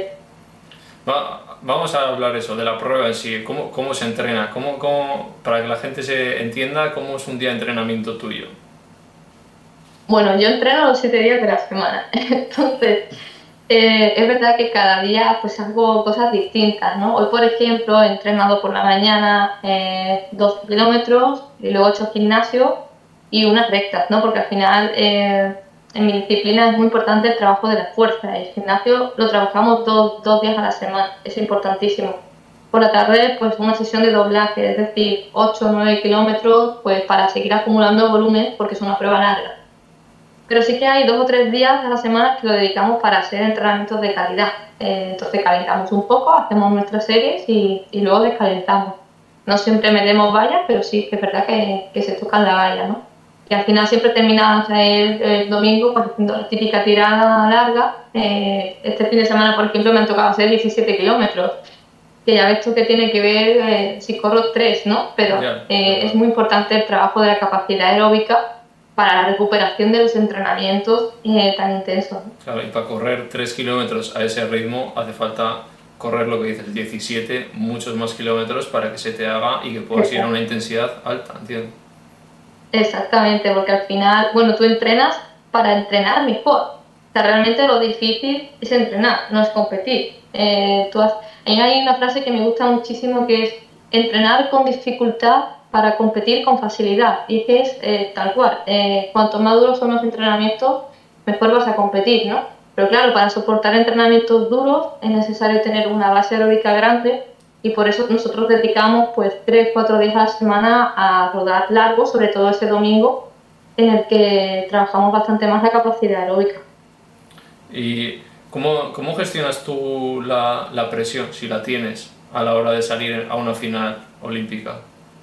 Vamos a hablar eso, de la prueba en sí, cómo se entrena, para que la gente se entienda cómo es un día de entrenamiento tuyo. Bueno, yo entreno los 7 días de la semana, entonces es verdad que cada día pues hago cosas distintas, ¿no? Hoy, por ejemplo, he entrenado por la mañana 12 kilómetros y luego he hecho gimnasio y unas rectas, ¿no? Porque al final en mi disciplina es muy importante el trabajo de la fuerza. El gimnasio lo trabajamos 2 días a la semana, es importantísimo. Por la tarde, pues una sesión de doblaje, es decir, 8 o 9 kilómetros, pues para seguir acumulando volumen porque es una prueba larga. Pero sí que hay 2 o 3 días a la semana que lo dedicamos para hacer entrenamientos de calidad. Entonces calentamos un poco, hacemos nuestras series y luego descalentamos. No siempre metemos vallas, pero sí que es verdad que se tocan la valla, ¿no? Y al final siempre terminamos el domingo pues, haciendo la típica tirada larga. Este fin de semana, por ejemplo, me han tocado hacer 17 kilómetros. Que ya ves tú que tiene que ver si corro 3, ¿no? Pero es muy importante el trabajo de la capacidad aeróbica para la recuperación de los entrenamientos tan intensos. Claro, y para correr 3 kilómetros a ese ritmo hace falta correr lo que dices, 17, muchos más kilómetros para que se te haga y que puedas ir a una intensidad alta, entiendo. Exactamente, porque al final, bueno, tú entrenas para entrenar mejor. sea, realmente lo difícil es entrenar, no es competir. A mí hay una frase que me gusta muchísimo que es entrenar con dificultad para competir con facilidad. Y que es tal cual, cuanto más duros son los entrenamientos, mejor vas a competir, ¿no? Pero claro, para soportar entrenamientos duros es necesario tener una base aeróbica grande y por eso nosotros dedicamos pues 3-4 días a la semana a rodar largo, sobre todo ese domingo, en el que trabajamos bastante más la capacidad aeróbica. ¿Y cómo gestionas tú la presión, si la tienes, a la hora de salir a una final olímpica?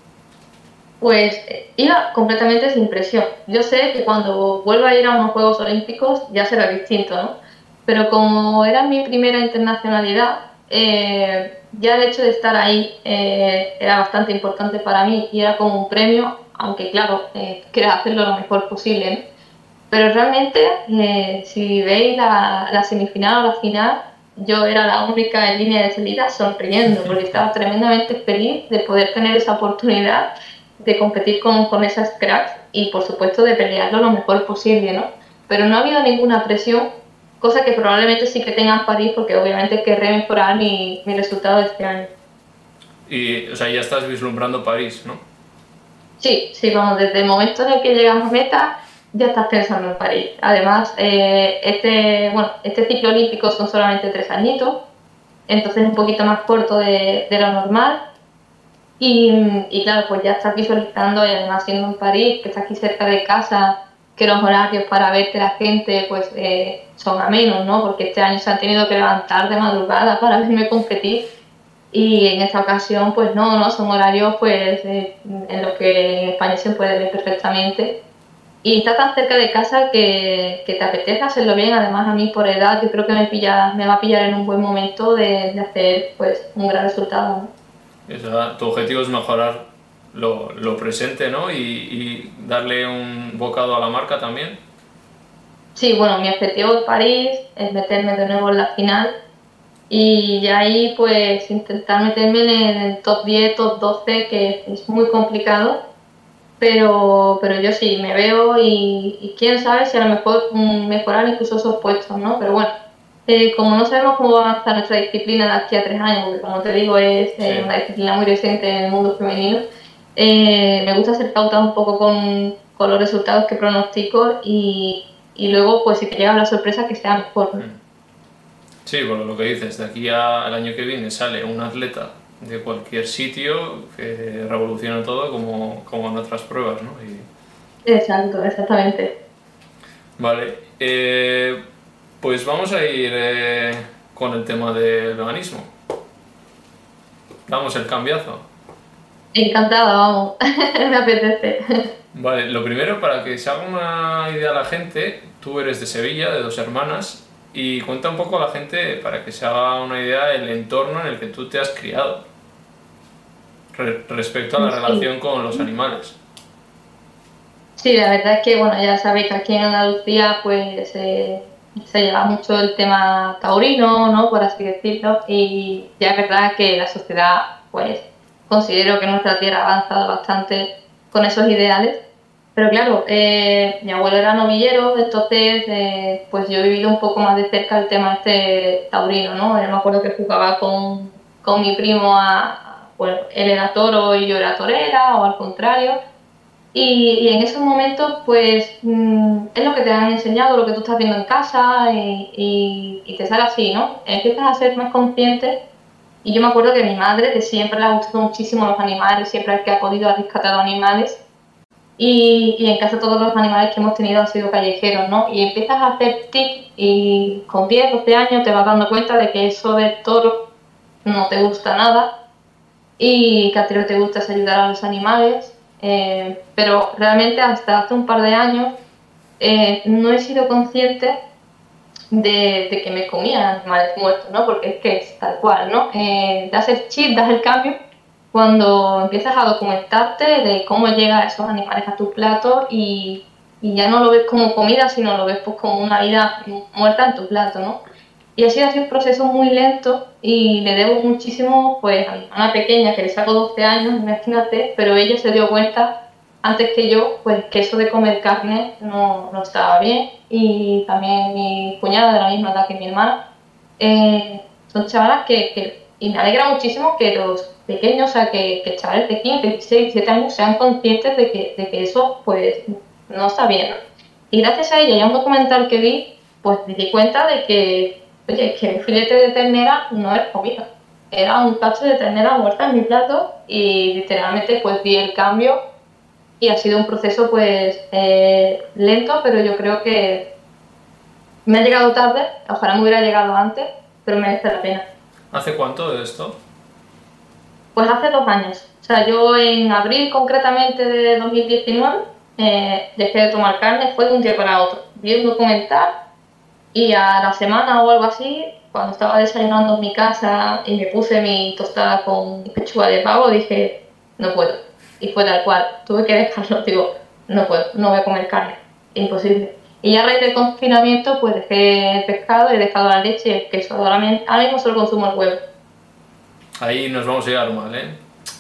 Pues iba completamente sin presión. Yo sé que cuando vuelva a ir a unos Juegos Olímpicos ya será distinto, ¿no? Pero como era mi primera internacionalidad, ya el hecho de estar ahí era bastante importante para mí y era como un premio, aunque claro, quieras hacerlo lo mejor posible, ¿no? Pero realmente, si veis la semifinal o la final, yo era la única en línea de salida sonriendo, porque estaba tremendamente feliz de poder tener esa oportunidad de competir con esas cracks y, por supuesto, de pelearlo lo mejor posible, ¿no? Pero no ha habido ninguna presión, cosa que probablemente sí que tenga en París, porque obviamente querré mejorar mi resultado de este año. Y, o sea, ya estás vislumbrando París, ¿no? Sí, sí, vamos, desde el momento en el que llegamos a meta ya estás pensando en París. Además, este ciclo olímpico son solamente 3 añitos, entonces es un poquito más corto de lo normal. Y claro, pues ya estás visualizando, y además siendo en París, que está aquí cerca de casa, que los horarios para verte la gente pues son amenos, ¿no? Porque este año se han tenido que levantar de madrugada para verme competir y en esta ocasión pues no, son horarios pues en los que en España se puede ver perfectamente y está tan cerca de casa que te apetece hacerlo bien. Además a mí por edad yo creo que me va a pillar en un buen momento de hacer pues un gran resultado, ¿no? Tu objetivo es mejorar lo presente, ¿no? Y darle un bocado a la marca también. Sí, bueno, mi objetivo en París es meterme de nuevo en la final y ya ahí pues intentar meterme en el top 10, top 12, que es muy complicado, pero yo sí me veo y quién sabe si a lo mejor mejorar incluso esos puestos, ¿no? Pero bueno, como no sabemos cómo va a avanzar nuestra disciplina de aquí a 3 años, porque como te digo es Sí. una disciplina muy reciente en el mundo femenino, me gusta ser cauta un poco con los resultados que pronostico y luego pues si te llega la sorpresa que sea mejor, ¿no? Sí, por lo que dices, de aquí al año que viene sale un atleta de cualquier sitio que revoluciona todo como en otras pruebas, ¿no? Exacto, exactamente. Vale, pues vamos a ir con el tema del veganismo. Damos el cambiazo. Encantada, vamos, me apetece. Vale, lo primero, para que se haga una idea a la gente, tú eres de Sevilla, de dos hermanas, y cuenta un poco a la gente, para que se haga una idea, el entorno en el que tú te has criado respecto a la relación con los animales. Sí, la verdad es que, bueno, ya sabéis que aquí en Andalucía pues se lleva mucho el tema taurino, ¿no? Por así decirlo, y ya es verdad que la sociedad, pues, considero que nuestra tierra ha avanzado bastante con esos ideales, pero claro, mi abuelo era novillero, entonces pues yo he vivido un poco más de cerca el tema este taurino, ¿no? Yo me acuerdo que jugaba con mi primo bueno, él era toro y yo era torera, o al contrario, y en esos momentos, pues, es lo que te han enseñado, lo que tú estás viendo en casa y te sale así, ¿no? Empiezas a ser más consciente y yo me acuerdo que mi madre, que siempre le ha gustado muchísimo los animales, siempre que ha podido ha rescatado animales y en casa todos los animales que hemos tenido han sido callejeros, ¿no? Y empiezas a hacer tic y con 10, 12 años te vas dando cuenta de que eso del toro no te gusta nada y que a ti lo que te gusta es ayudar a los animales, pero realmente hasta hace un par de años no he sido consciente de que me comían animales muertos, ¿no? Porque es que es tal cual, ¿no? Das el chip, das el cambio cuando empiezas a documentarte de cómo llegan esos animales a tu plato y ya no lo ves como comida, sino lo ves pues como una vida muerta en tu plato, ¿no? Y ha sido así un proceso muy lento y le debo muchísimo pues a mi hermana pequeña que le saco 12 años, imagínate, pero ella se dio cuenta antes que yo, pues que eso de comer carne no estaba bien. Y también mi cuñada, de la misma edad que mi hermana, son chavalas y me alegra muchísimo que los pequeños, o sea, que chavales de 15, 16, 17 años sean conscientes de que eso, pues, no está bien, ¿no? Y gracias a ella y a un documental que vi, pues me di cuenta de que, oye, que un filete de ternera no era comida, era un cacho de ternera muerta en mi plato y literalmente pues vi el cambio y ha sido un proceso pues lento, pero yo creo que me ha llegado tarde, ojalá me hubiera llegado antes, pero merece la pena. ¿Hace cuánto de esto? Pues hace 2 años. O sea, yo en abril concretamente de 2019 dejé de tomar carne, fue de un día para otro. Vi un documental y a la semana o algo así, cuando estaba desayunando en mi casa y me puse mi tostada con pechuga de pavo, dije, no puedo. Y fue tal cual, tuve que dejarlo, digo, no puedo, no voy a comer carne, imposible. Y ya a raíz del confinamiento, pues dejé el pescado, he dejado la leche y el queso. Ahora mismo solo consumo el huevo. Ahí nos vamos a llegar mal, ¿eh?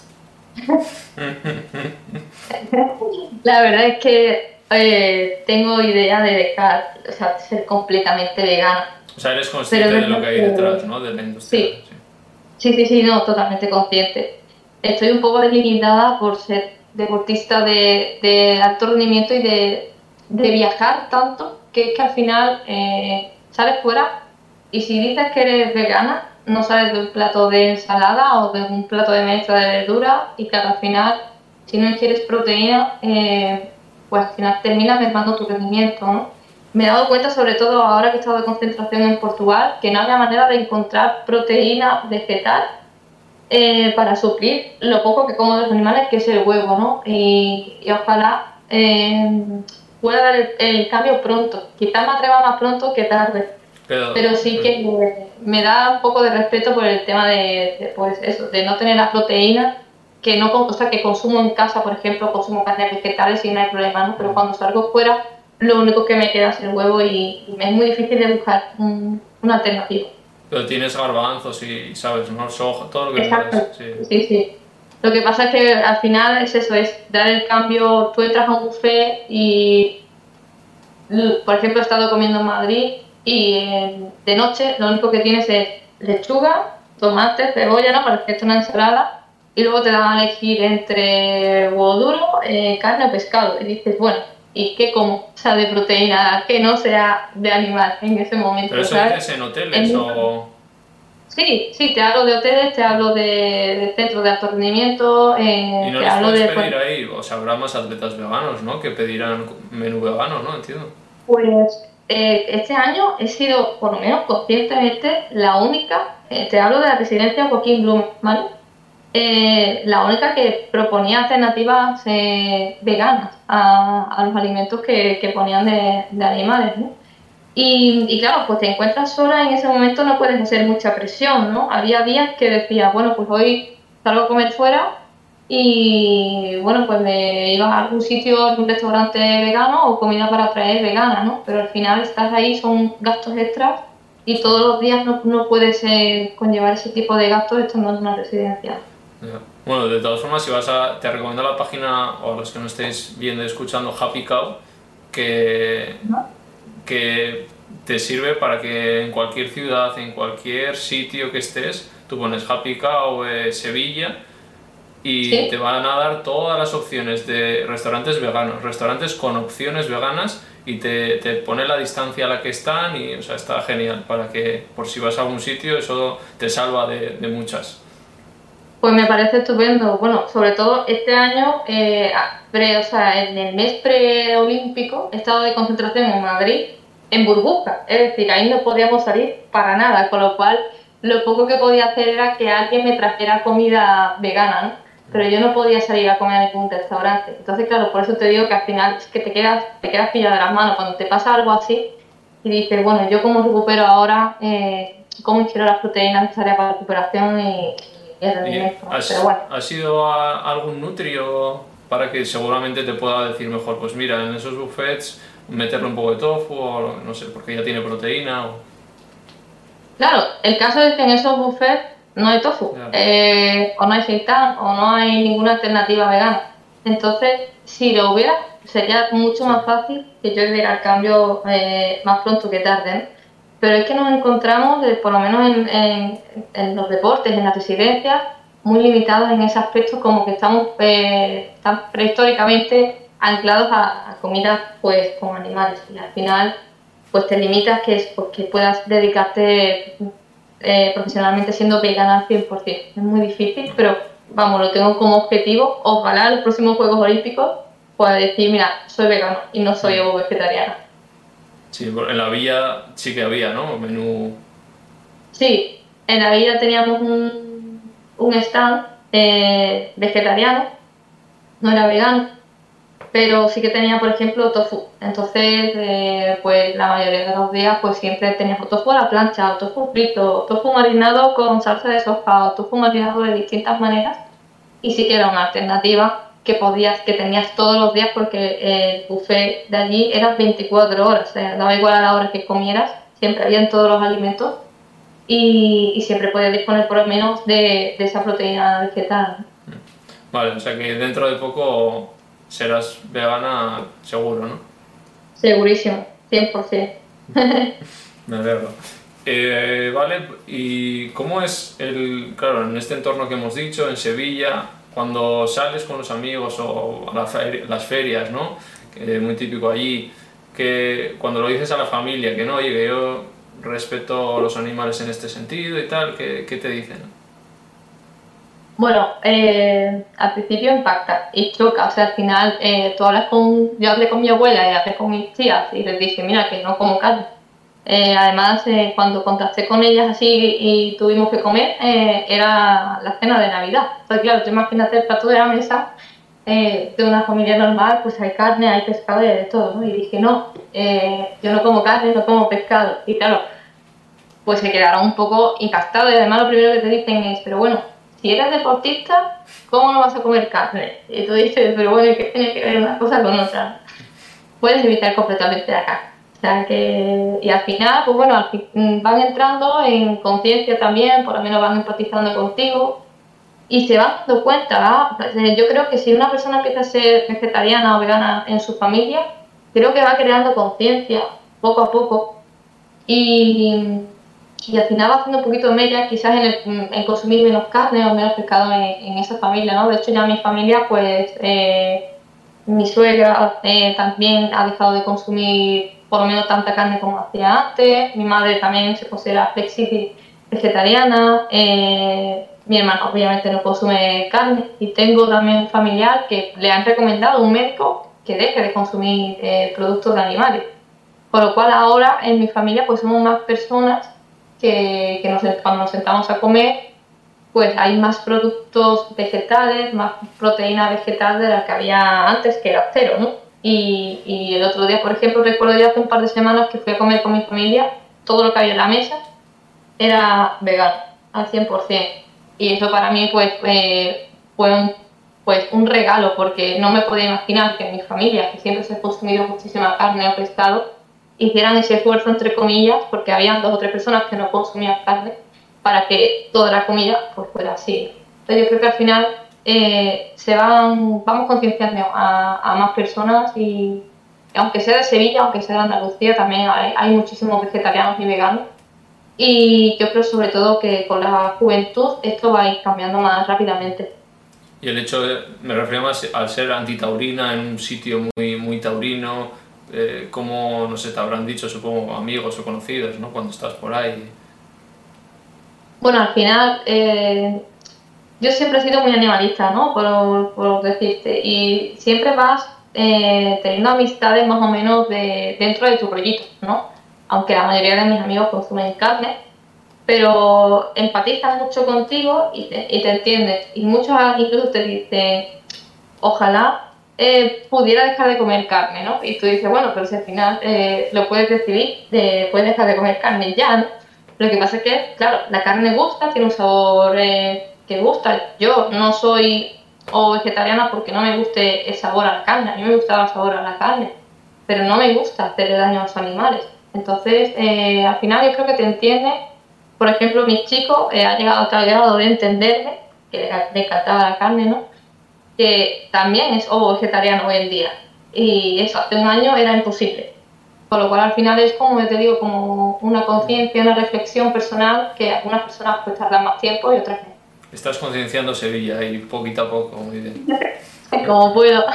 La verdad es que tengo idea de dejar, o sea, ser completamente vegana. O sea, eres consciente de lo que hay detrás, ¿no? De la industria. Sí, sí, no, totalmente consciente. Estoy un poco delimitada por ser deportista de alto rendimiento y de viajar tanto que es que al final sales fuera y si dices que eres vegana, no sales de un plato de ensalada o de un plato de mezcla de verdura y claro, al final, si no ingieres proteína, pues al final terminas mermando tu rendimiento, ¿no? Me he dado cuenta, sobre todo ahora que he estado de concentración en Portugal, que no había manera de encontrar proteína vegetal para suplir lo poco que como de los animales, que es el huevo, ¿no? Y ojalá pueda dar el cambio pronto. Quizás me atreva más pronto que tarde, pero sí que me da un poco de respeto por el tema pues eso, de no tener la proteína que no, o sea, que consumo en casa, por ejemplo, consumo carnes vegetales y no hay problema, ¿no? Pero cuando salgo fuera, lo único que me queda es el huevo y me es muy difícil de buscar una alternativa. Pero tienes garbanzos y, ¿sabes? ¿No? Soja, todo lo que Exacto, puedas. Sí. sí, sí. Lo que pasa es que al final es eso, es dar el cambio. Tú entras a un buffet y, por ejemplo, he estado comiendo en Madrid y de noche lo único que tienes es lechuga, tomate, cebolla, ¿no? Para que una ensalada y luego te dan a elegir entre huevo duro, carne o pescado. Y dices, bueno, ¿y qué como? O sea, de proteína que no sea de animal en ese momento, ¿Pero eso ¿sabes? dices en hoteles o...? Sí, sí, te hablo de hoteles, te hablo de centros de alto rendimiento, Y no te les hablo puedes de... pedir ahí, o sea, habrá más atletas veganos, ¿no? Que pedirán menú vegano, ¿no? Entiendo. Pues este año he sido, por lo menos conscientemente, la única, te hablo de la residencia Joaquín Blume, ¿vale? La única que proponía alternativas veganas a los alimentos que ponían de animales, ¿no? Y claro, pues te encuentras sola y en ese momento no puedes hacer mucha presión, ¿no? Había días que decía, bueno, pues hoy salgo a comer fuera y bueno, pues me iba a algún sitio, algún restaurante vegano o comida para traer vegana, ¿no? Pero al final estás ahí, son gastos extras y todos los días no puedes conllevar ese tipo de gastos estando en una residencia. Ya. Bueno, de todas formas, si vas a... Te recomiendo la página, o a los que no estéis viendo y escuchando, Happy Cow, que, ¿No? que te sirve para que en cualquier ciudad, en cualquier sitio que estés, tú pones Happy Cow Sevilla y te ¿Sí? van a dar todas las opciones de restaurantes veganos, restaurantes con opciones veganas y te pone la distancia a la que están y, o sea, está genial para que por si vas a algún sitio eso te salva de muchas. Pues me parece estupendo. Bueno, sobre todo este año, o sea, en el mes preolímpico, he estado de concentración en Madrid en burbuja. Es decir, ahí no podíamos salir para nada, con lo cual lo poco que podía hacer era que alguien me trajera comida vegana, ¿no? Pero yo no podía salir a comer a ningún restaurante. Entonces, claro, por eso te digo que al final es que te quedas pillada de las manos cuando te pasa algo así y dices, bueno, ¿yo cómo recupero ahora? ¿Cómo ingiero las proteínas necesarias para la recuperación y el ¿Y rendimiento? Pero bueno. has ido a algún nutrio para que seguramente te pueda decir mejor, pues mira, en esos buffets meterle un poco de tofu o no sé, porque ya tiene proteína o... Claro, el caso es que en esos buffets no hay tofu, Ya. o no hay seitan, o no hay ninguna alternativa vegana. Entonces, si lo hubiera, sería mucho más fácil que yo viera el cambio más pronto que tarde, ¿no? Pero es que nos encontramos, por lo menos en los deportes, en las residencias, muy limitados en ese aspecto, como que estamos tan prehistóricamente anclados a comidas pues con animales, y al final pues te limitas que puedas dedicarte profesionalmente siendo vegana al 100%. Es muy difícil, pero vamos, lo tengo como objetivo. Ojalá en los próximos Juegos Olímpicos pueda decir, mira, soy vegano y no soy vegetariana. Sí, en la villa sí que había, ¿no? Menú. Sí, en la vida teníamos un stand vegetariano, no era vegano, pero sí que tenía, por ejemplo, tofu. Entonces, pues la mayoría de los días, pues siempre teníamos tofu a la plancha, o tofu frito, o tofu marinado con salsa de soja, o tofu marinado de distintas maneras. Y sí que era una alternativa que tenías todos los días porque el buffet de allí era 24 horas. O sea, daba igual a la hora que comieras, siempre habían todos los alimentos y siempre podías disponer por lo menos de esa proteína vegetal. Vale, o sea que dentro de poco serás vegana seguro, ¿no? Segurísimo, 100%. Me alegro. Vale, ¿y cómo es claro, en este entorno que hemos dicho, en Sevilla, cuando sales con los amigos o a las ferias, ¿no? Que es muy típico allí, que cuando lo dices a la familia, que no, oye, que yo respeto a los animales en este sentido y tal, ¿qué te dicen? Bueno, al principio impacta y choca, o sea, al final yo hablé con mi abuela y hablé con mis tías y les dije, mira, que no como carne. Además, cuando contacté con ellas así y tuvimos que comer, era la cena de Navidad. Entonces, claro, tú imagínate el plato de la mesa de una familia normal, pues hay carne, hay pescado y de todo, ¿no? Y dije, no, yo no como carne, no como pescado. Y claro, pues se quedaron un poco impactados y además lo primero que te dicen es, pero bueno, si eres deportista, ¿cómo no vas a comer carne? Y tú dices, pero bueno, ¿qué tiene que ver una cosa con otra? Puedes evitar completamente la carne. O sea que, y al final, pues bueno, van entrando en conciencia también, por lo menos van empatizando contigo y se van dando cuenta, ¿va? Yo creo que si una persona empieza a ser vegetariana o vegana en su familia, creo que va creando conciencia poco a poco y, y al final va haciendo un poquito de mella quizás en consumir menos carne o menos pescado en esa familia, ¿no? De hecho ya mi familia, pues mi suegra también ha dejado de consumir por lo menos tanta carne como hacía antes, mi madre también se considera flexible vegetariana, mi hermano obviamente no consume carne y tengo también un familiar que le han recomendado a un médico que deje de consumir productos de animales. Por lo cual ahora en mi familia pues somos más personas cuando nos sentamos a comer pues hay más productos vegetales, más proteína vegetal de la que había antes, que era cero, ¿no? Y el otro día, por ejemplo, recuerdo ya hace un par de semanas que fui a comer con mi familia, todo lo que había en la mesa era vegano, al 100%. Y eso para mí pues fue un regalo, porque no me podía imaginar que en mi familia, que siempre se ha consumido muchísima carne o pescado, hicieran ese esfuerzo, entre comillas, porque habían 2 o 3 personas que no consumían carne, para que toda la comida pues, fuera así. Entonces yo creo que al final vamos concienciando a más personas y aunque sea de Sevilla, aunque sea de Andalucía, también hay muchísimos vegetarianos y veganos. Y yo creo sobre todo que con la juventud esto va a ir cambiando más rápidamente. Y el hecho me refiero más al ser antitaurina en un sitio muy taurino, como, no sé, te habrán dicho, supongo, amigos o conocidos, ¿no? Cuando estás por ahí. Bueno, al final yo siempre he sido muy animalista, ¿no? Por decirte, y siempre vas teniendo amistades más o menos dentro de tu rollito, ¿no? Aunque la mayoría de mis amigos consumen carne, pero empatizan mucho contigo y te entienden. Y muchos incluso te dicen, ojalá pudiera dejar de comer carne, ¿no? Y tú dices, bueno, pero si al final lo puedes decidir, puedes dejar de comer carne ya, ¿no? Lo que pasa es que, claro, la carne gusta, tiene un sabor que gusta. Yo no soy vegetariana porque no me guste el sabor a la carne, a mí me gusta el sabor a la carne, pero no me gusta hacerle daño a los animales. Entonces, al final yo creo que te entiende. Por ejemplo, mi chico ha llegado a tal grado de entenderme, que le encantaba la carne, ¿no? que también es ovo vegetariano hoy en día. Y eso hace un año era imposible. Con lo cual al final es como, yo te digo, como una conciencia, una reflexión personal que algunas personas pues tardan más tiempo y otras no. Estás concienciando Sevilla y poquito a poco, muy bien. Como puedo.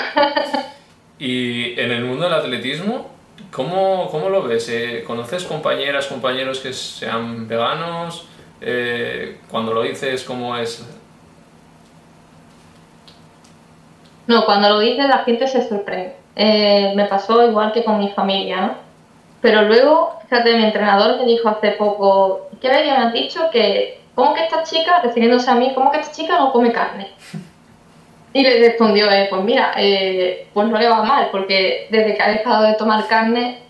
Y en el mundo del atletismo, ¿cómo lo ves? ¿Conoces compañeras, compañeros que sean veganos? Cuando lo dices, ¿cómo es? No, cuando lo dices la gente se sorprende. Me pasó igual que con mi familia, ¿no? Pero luego, fíjate, mi entrenador me dijo hace poco, ¿qué me han dicho? Que, ¿cómo que esta chica, refiriéndose a mí, cómo que esta chica no come carne? Y le respondió, pues mira, pues no le va mal, porque desde que ha dejado de tomar carne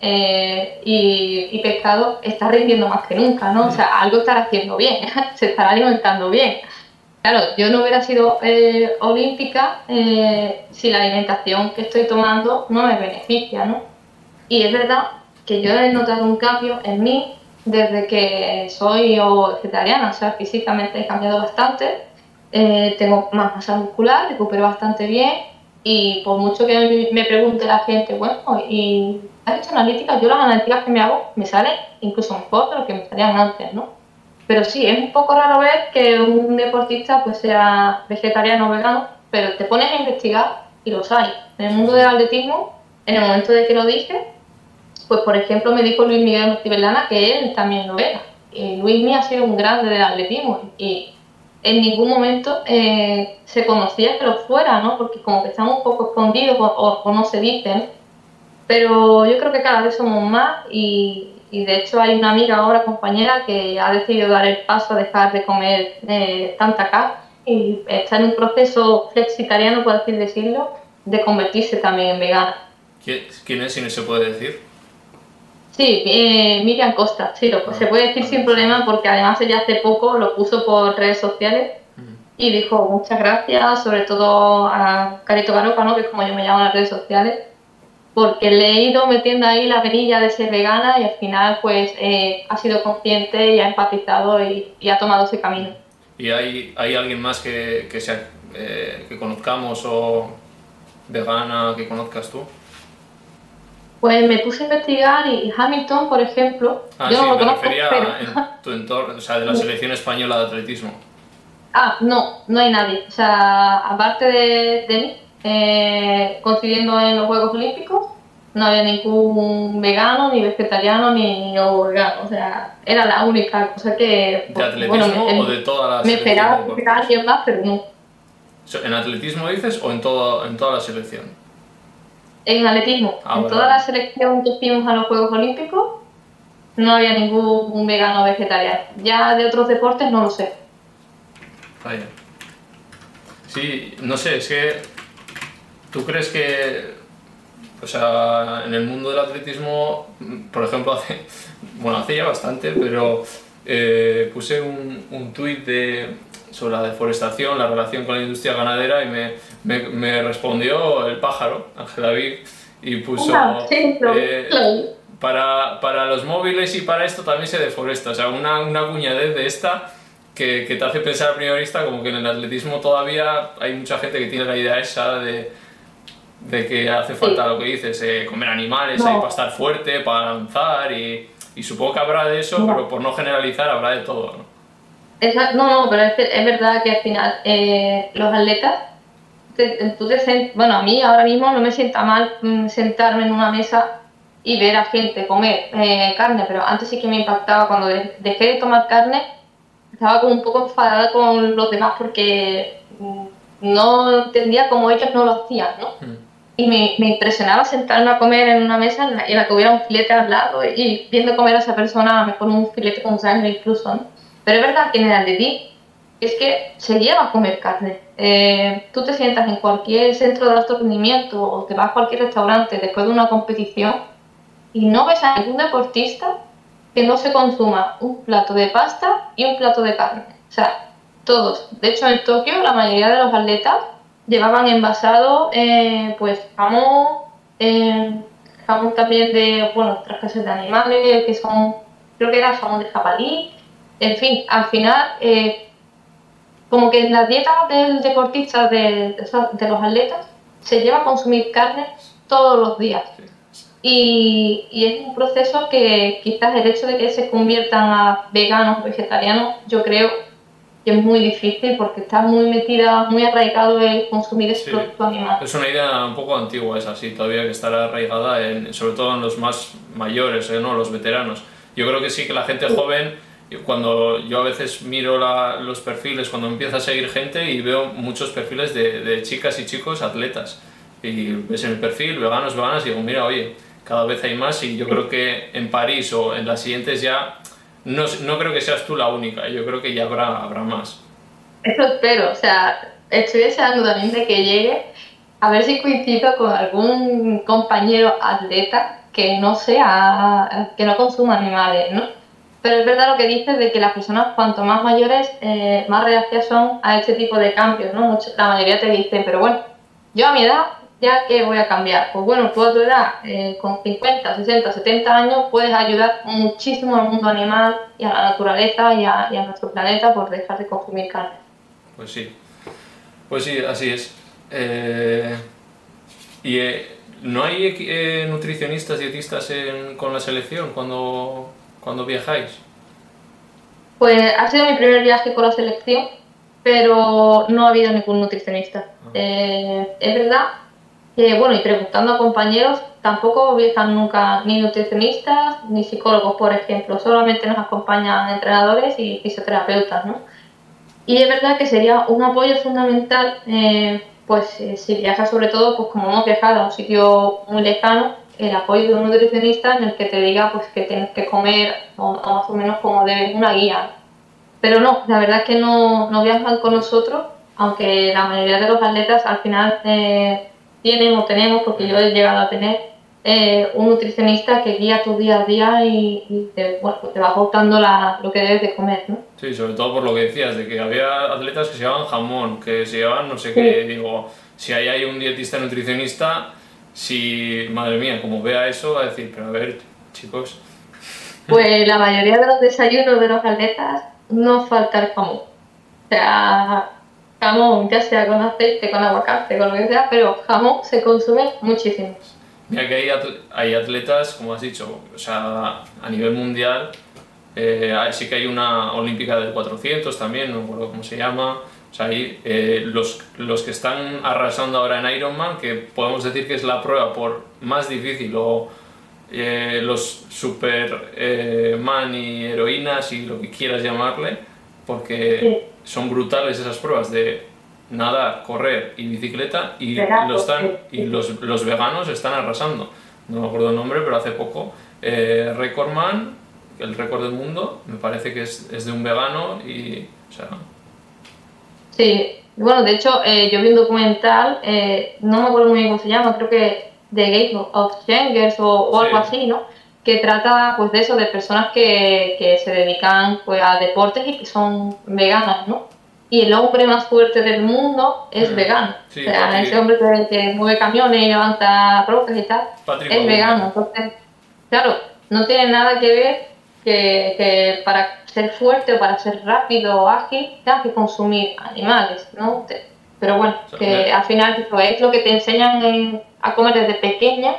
y pescado, está rindiendo más que nunca, ¿no? O sea, algo estará haciendo bien, se estará alimentando bien. Claro, yo no hubiera sido olímpica si la alimentación que estoy tomando no me beneficia, ¿no? Y es verdad que yo he notado un cambio en mí desde que soy vegetariana, o sea, físicamente he cambiado bastante, tengo más masa muscular, recupero bastante bien y por mucho que me pregunte la gente, bueno, ¿y has hecho analíticas? Yo las analíticas que me hago me salen incluso mejor de lo que me salían antes, ¿no? Pero sí, es un poco raro ver que un deportista pues sea vegetariano o vegano, pero te pones a investigar y los hay. En el mundo del atletismo, en el momento de que lo dije, pues por ejemplo me dijo Luis Miguel Mortibelana que él también lo era. Y Luis Miguel ha sido un grande del atletismo y en ningún momento se conocía que lo fuera, ¿no? Porque como que están un poco escondidos o no se dicen. Pero yo creo que cada vez somos más y de hecho hay una amiga ahora, compañera, que ha decidido dar el paso a dejar de comer tanta carne y está en un proceso flexitariano, por así decirlo, de convertirse también en vegana. ¿Quién es, si no se puede decir? Sí, Miriam Costa, sí, se puede decir sin problema porque además ella hace poco lo puso por redes sociales y dijo muchas gracias, sobre todo a Carito Caropa, ¿no? Que es como yo me llamo en las redes sociales, porque le he ido metiendo ahí la perilla de ser vegana y al final pues ha sido consciente y ha empatizado y ha tomado ese camino. ¿Y hay alguien más que conozcamos o vegana que conozcas tú? Pues me puse a investigar y Hamilton, por ejemplo, yo Sí, no lo me conozco, refería pero... en tu entorno, o sea, de la selección española de atletismo. No hay nadie. O sea, aparte de mí, coincidiendo en los Juegos Olímpicos, no había ningún vegano, ni vegetariano, ni no vegano. O sea, era la única cosa que... ¿De atletismo o de toda la me selección de esperaba que deportes? hubiera alguien más, pero no. ¿En atletismo dices o en toda la selección? En atletismo, en Vale, toda vale. la selección que fuimos a los Juegos Olímpicos, no había ningún vegano o vegetariano. Ya de otros deportes no lo sé. Vaya. Sí, no sé, es que tú crees que, o sea, en el mundo del atletismo, por ejemplo, hace ya bastante, pero puse un tuit sobre la deforestación, la relación con la industria ganadera y me respondió el pájaro, Ángel David, y puso Sí, para los móviles y para esto también se deforesta, o sea, una cuñadez de esta que te hace pensar a primera vista como que en el atletismo todavía hay mucha gente que tiene la idea esa de que hace falta lo que dices, comer animales ahí para estar fuerte, para lanzar y supongo que habrá de eso, pero por no generalizar habrá de todo, ¿no? No, pero es verdad que al final los atletas, bueno, a mí ahora mismo no me sienta mal sentarme en una mesa y ver a gente comer carne, pero antes sí que me impactaba cuando dejé de tomar carne, estaba como un poco enfadada con los demás porque no entendía cómo ellos no lo hacían, ¿no? Y me impresionaba sentarme a comer en una mesa en la que hubiera un filete al lado y viendo comer a esa persona, mejor un filete con sangre incluso, ¿no? Pero es verdad que en el atletismo es que se lleva a comer carne. Tú te sientas en cualquier centro de alto rendimiento o te vas a cualquier restaurante después de una competición y no ves a ningún deportista que no se consuma un plato de pasta y un plato de carne. O sea, todos. De hecho, en Tokio la mayoría de los atletas llevaban envasado pues jamón, jamón también de, bueno, otras clases de animales que son, creo que era jamón de jabalí. En fin, al final como que en la dieta del deportista, de los atletas, se lleva a consumir carne todos los días. Y es un proceso que quizás el hecho de que se conviertan a veganos, vegetarianos, yo creo que es muy difícil porque está muy metida, muy arraigado el consumir ese producto animal. Es una idea un poco antigua esa, sí, todavía que estará arraigada sobre todo en los más mayores, ¿no? Los veteranos. Yo creo que sí que la gente joven, cuando yo a veces miro los perfiles, cuando empiezo a seguir gente y veo muchos perfiles de chicas y chicos atletas, y ves en el perfil veganos, veganas, y digo, mira, oye, cada vez hay más, y yo creo que en París o en las siguientes ya, no creo que seas tú la única, yo creo que ya habrá más. Eso espero, o sea, estoy deseando también de que llegue, a ver si coincido con algún compañero atleta que no sea, que no consuma animales, ¿no? Pero es verdad lo que dices de que las personas cuanto más mayores, más reacias son a este tipo de cambios, ¿no? La mayoría te dicen, pero bueno, yo a mi edad ya que voy a cambiar. Pues bueno, tú a tu edad, con 50, 60, 70 años, puedes ayudar muchísimo al mundo animal y a la naturaleza y a nuestro planeta por dejar de consumir carne. Pues sí, así es. ¿Y no hay nutricionistas, dietistas con la selección cuando viajáis? Pues ha sido mi primer viaje con la selección, pero no ha habido ningún nutricionista. Es verdad que, bueno, y preguntando a compañeros, tampoco viajan nunca ni nutricionistas ni psicólogos, por ejemplo, solamente nos acompañan entrenadores y fisioterapeutas, ¿no? Y es verdad que sería un apoyo fundamental, si viajas sobre todo, pues como hemos viajado a un sitio muy lejano, el apoyo de un nutricionista en el que te diga pues que tienes que comer o más o menos como debes, una guía. Pero no, la verdad es que no viajan con nosotros, aunque la mayoría de los atletas al final tienen o tenemos, porque yo he llegado a tener, un nutricionista que guía tu día a día y te va aportando lo que debes de comer, ¿no? Sí, sobre todo por lo que decías, de que había atletas que se llevaban jamón, que se llevaban no sé qué, digo, si hay un dietista nutricionista, madre mía, como vea eso, va a decir, pero a ver, chicos. Pues la mayoría de los desayunos de los atletas no falta el jamón. O sea, jamón, ya sea con aceite, con aguacate, con lo que sea, pero jamón se consume muchísimo. Mira que hay atletas, como has dicho, o sea, a nivel mundial, sí que hay una olímpica de 400 también, no recuerdo cómo se llama. O sea, hay los que están arrasando ahora en Ironman, que podemos decir que es la prueba por más difícil, o los superman y heroínas y lo que quieras llamarle, porque son brutales esas pruebas de nadar, correr y bicicleta, y los veganos están arrasando. No me acuerdo el nombre, pero hace poco Recordman, el récord del mundo, me parece que es de un vegano y, o sea... Sí, bueno, de hecho yo vi un documental, no me acuerdo muy bien cómo se llama, creo que The Game of Changers o algo así, ¿no? Que trata pues de eso, de personas que se dedican pues a deportes y que son veganas, ¿no? Y el hombre más fuerte del mundo es vegano. Sí, o sea, ese hombre que mueve camiones y levanta rocas y tal, es vegano. Entonces, claro, no tiene nada que ver que para ser fuerte o para ser rápido o ágil tengas que consumir animales, ¿no? Pero bueno, que al final es lo que te enseñan a comer desde pequeña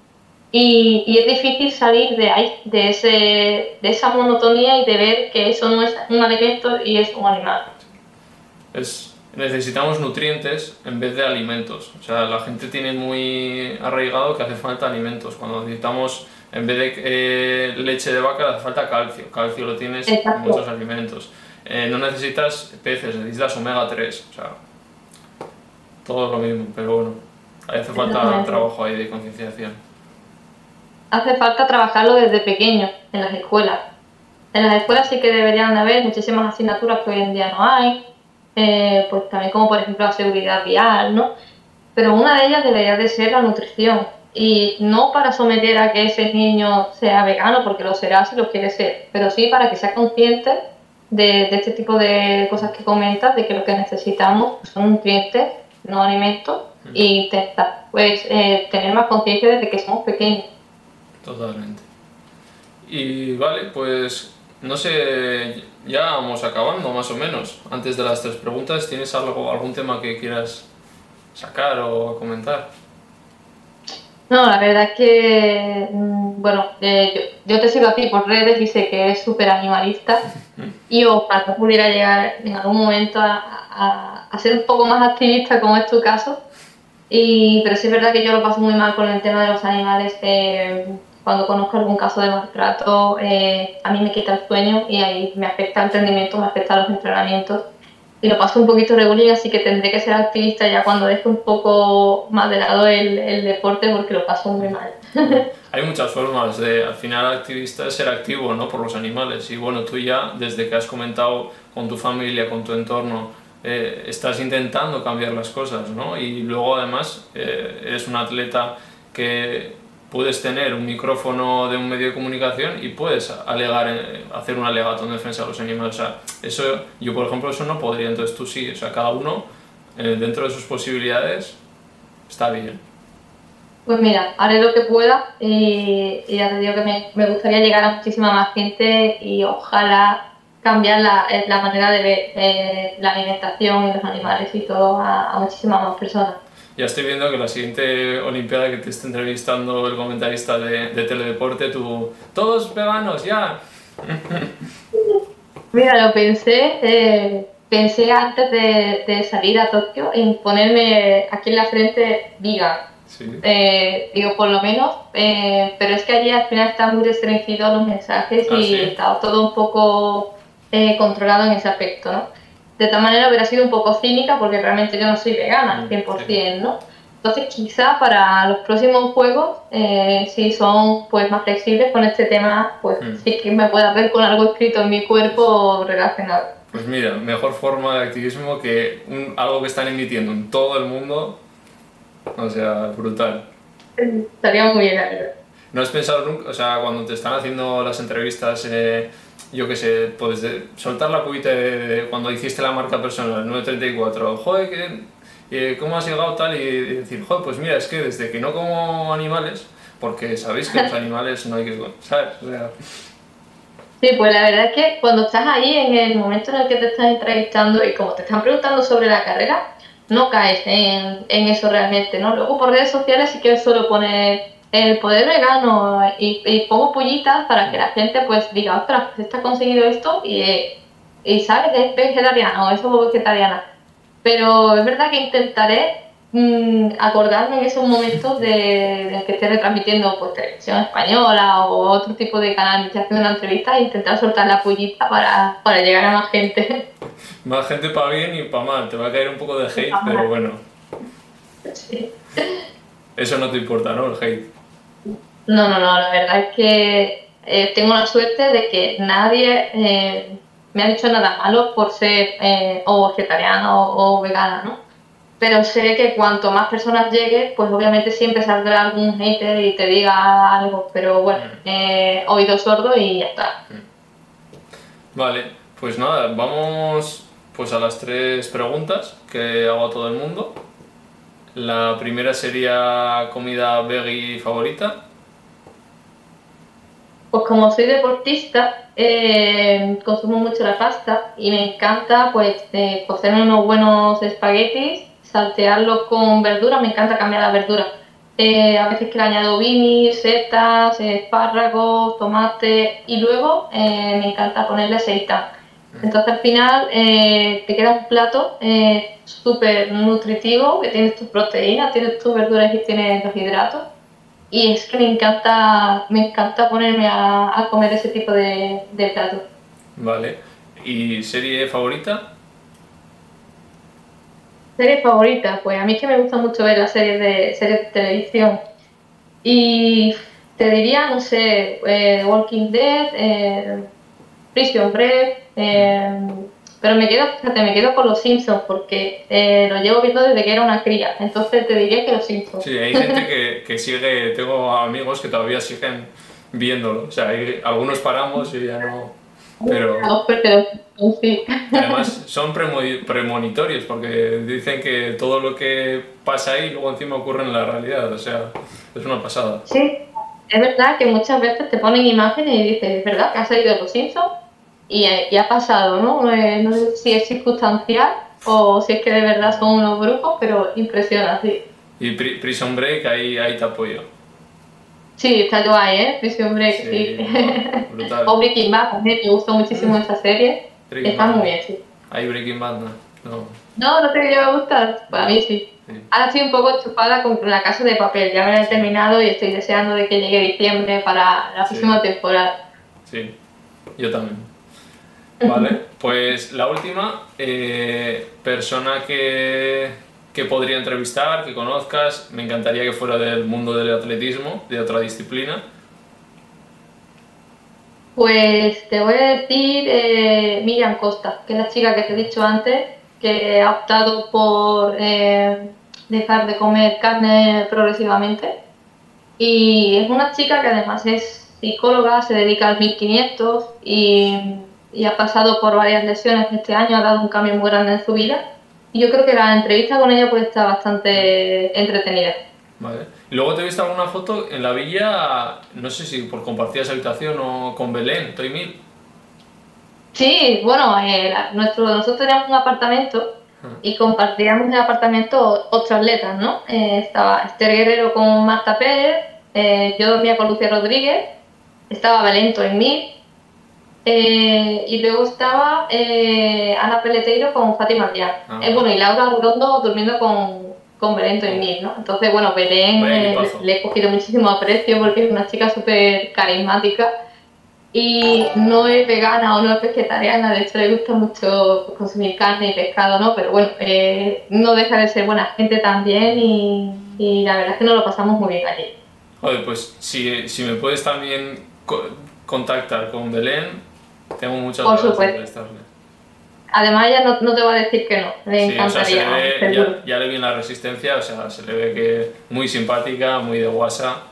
y es difícil salir de ahí, de esa monotonía y de ver que eso no es un alimento y es un animal. Necesitamos nutrientes en vez de alimentos. O sea, la gente tiene muy arraigado que hace falta alimentos. Cuando necesitamos, en vez de leche de vaca, hace falta calcio. Calcio lo tienes en muchos alimentos. No necesitas peces, necesitas omega 3. O sea, todo lo mismo, pero bueno, hace falta trabajo ahí de concienciación. Hace falta trabajarlo desde pequeño, en las escuelas. En las escuelas sí que deberían de haber muchísimas asignaturas que hoy en día no hay. Pues también como por ejemplo la seguridad vial, ¿no? Pero una de ellas debería de ser la nutrición y no para someter a que ese niño sea vegano, porque lo será si lo quiere ser, pero sí para que sea consciente de este tipo de cosas que comentas, de que lo que necesitamos son nutrientes, no alimentos, e intentar pues tener más conciencia desde que somos pequeños. Totalmente. Y vale, pues no sé, ya vamos acabando más o menos. Antes de las 3 preguntas, ¿tienes algún tema que quieras sacar o comentar? No, la verdad es que, bueno, yo te sigo a ti por redes y sé que eres súper animalista y ojalá pudiera llegar en algún momento a ser un poco más activista como es tu caso. Pero sí es verdad que yo lo paso muy mal con el tema de los animales. Cuando conozco algún caso de maltrato, a mí me quita el sueño y ahí me afecta el rendimiento, me afecta los entrenamientos. Y lo paso un poquito regulín, así que tendré que ser activista ya cuando deje un poco más de lado el deporte porque lo paso muy mal. Hay muchas formas de, al final, activista es ser activo, ¿no? Por los animales. Y bueno, tú ya, desde que has comentado con tu familia, con tu entorno, estás intentando cambiar las cosas, ¿no? Y luego, además, eres un atleta que puedes tener un micrófono de un medio de comunicación y puedes alegar, hacer un alegato en defensa de los animales. O sea, eso, yo, por ejemplo, eso no podría, entonces tú sí. O sea, cada uno, dentro de sus posibilidades, está bien. Pues mira, haré lo que pueda y ya te digo que me gustaría llegar a muchísima más gente y ojalá cambiar la manera de ver la alimentación y los animales y todo a muchísimas más personas. Ya estoy viendo que la siguiente Olimpiada que te esté entrevistando el comentarista de Teledeporte, tú, todos veganos, ya. Mira, lo pensé antes de salir a Tokio en ponerme aquí en la frente vegan. Sí. Digo, por lo menos, pero es que allí al final están muy restringidos los mensajes y ¿Sí? está todo un poco controlado en ese aspecto, ¿no? De tal manera hubiera sido un poco cínica porque realmente yo no soy vegana al 100%, ¿no? Entonces quizá para los próximos juegos, si son pues más flexibles con este tema, pues sí que me pueda ver con algo escrito en mi cuerpo relacionado. Pues mira, mejor forma de activismo que algo que están emitiendo en todo el mundo, o sea, brutal. Estaría muy bien, la verdad. ¿No has pensado nunca, o sea, cuando te están haciendo las entrevistas, yo qué sé, puedes soltar la cubita de cuando hiciste la marca personal, 934, joder, ¿cómo has llegado tal? Y decir, joder, pues mira, es que desde que no como animales, porque sabéis que los animales no hay que, ¿sabes? O sea, sí, pues la verdad es que cuando estás ahí en el momento en el que te están entrevistando y como te están preguntando sobre la carrera, no caes en eso realmente, ¿no? Luego por redes sociales sí que suelo poner el poder vegano y pongo pollitas para que la gente pues diga, ostras, pues este ha conseguido esto y sabes, es vegetariana o es vegetariana. Pero es verdad que intentaré acordarme en esos momentos de que esté retransmitiendo pues televisión española o otro tipo de canal que esté haciendo una entrevista e intentar soltar la pollita para llegar a más gente. más gente para bien y para mal, te va a caer un poco de hate, pero bueno, Sí. eso no te importa, ¿no? El hate. No, la verdad es que tengo la suerte de que nadie me ha dicho nada malo por ser o vegetariana o vegana, ¿no? Pero sé que cuanto más personas llegue, pues obviamente siempre saldrá algún hater y te diga algo, pero bueno, oído sordo y ya está. Vale, pues nada, vamos pues a las 3 preguntas que hago a todo el mundo. La primera sería comida veggie favorita. Pues como soy deportista, consumo mucho la pasta y me encanta pues cocerme unos buenos espaguetis, saltearlos con verdura, me encanta cambiar la verdura. A veces que le añado binis, setas, espárragos, tomate y luego me encanta ponerle seitán. Entonces al final te queda un plato súper nutritivo, que tienes tus proteínas, tienes tus verduras y tienes los hidratos. Y es que me encanta ponerme a comer ese tipo de platos. Vale. ¿Y serie favorita? ¿Serie favorita? Pues a mí es que me gusta mucho ver las series de televisión. Y te diría, no sé, The Walking Dead, Prison Break, pero fíjate, me quedo con Los Simpsons porque lo llevo viendo desde que era una cría. Entonces te diría que Los Simpsons. Sí, hay gente que sigue, tengo amigos que todavía siguen viéndolo. O sea, algunos paramos y ya no. Pero Sí. además son premonitorios porque dicen que todo lo que pasa ahí luego encima ocurre en la realidad. O sea, es una pasada. Sí, es verdad que muchas veces te ponen imágenes y dices, ¿es verdad que has salido de Los Simpsons? y ha pasado, ¿no? No sé si es circunstancial o si es que de verdad son unos grupos, pero impresiona, sí. Y Prison Break, ahí te apoyo. Sí, está guay, ¿eh? Prison Break, sí. Sí, va, brutal. O Breaking Bad también, me gusta muchísimo esa serie. Breaking Está Bad, muy no. bien, sí. Ahí Breaking Bad, no. No, No, no te llega a gustar. Para no. mí sí. Sí, Ahora estoy un poco chupada con La Casa de Papel. Ya me la he sí, terminado y estoy deseando de que llegue diciembre para la sí, próxima temporada. sí. Yo también. Vale, pues la última persona que podría entrevistar, que conozcas, me encantaría que fuera del mundo del atletismo, de otra disciplina. Pues te voy a decir Miriam Costa, que es la chica que te he dicho antes, que ha optado por dejar de comer carne progresivamente. Y es una chica que además es psicóloga, se dedica al 1500 y ha pasado por varias lesiones este año, ha dado un cambio muy grande en su vida. Y yo creo que la entrevista con ella puede estar bastante entretenida. Vale. Y luego te he visto alguna foto en la villa, no sé si por compartir esa habitación o con Belén, Toimil. Sí, bueno, nosotros teníamos un apartamento y compartíamos el apartamento ocho atletas, ¿no? Estaba Esther Guerrero con Marta Pérez, yo dormía con Lucía Rodríguez, estaba Belén Toimil. Y luego estaba Ana Peleteiro con Fátima Díaz. Ah, Bueno, y Laura Rondo durmiendo con Belén Toimil, ¿no? Entonces, bueno, Belén vaya equipazo. le he cogido muchísimo aprecio porque es una chica súper carismática y no es vegana o no es vegetariana, de hecho le gusta mucho pues, consumir carne y pescado, ¿no? Pero bueno, no deja de ser buena gente también y la verdad es que nos lo pasamos muy bien allí. Joder, pues si me puedes también contactar con Belén, tengo muchas Por ganas de supuesto. entrevistarle. Además, ella no te va a decir que no, le Sí, o sea, se le encantaría, ve, seguro. ya le vi en la resistencia, o sea, se le ve que muy simpática, muy de WhatsApp.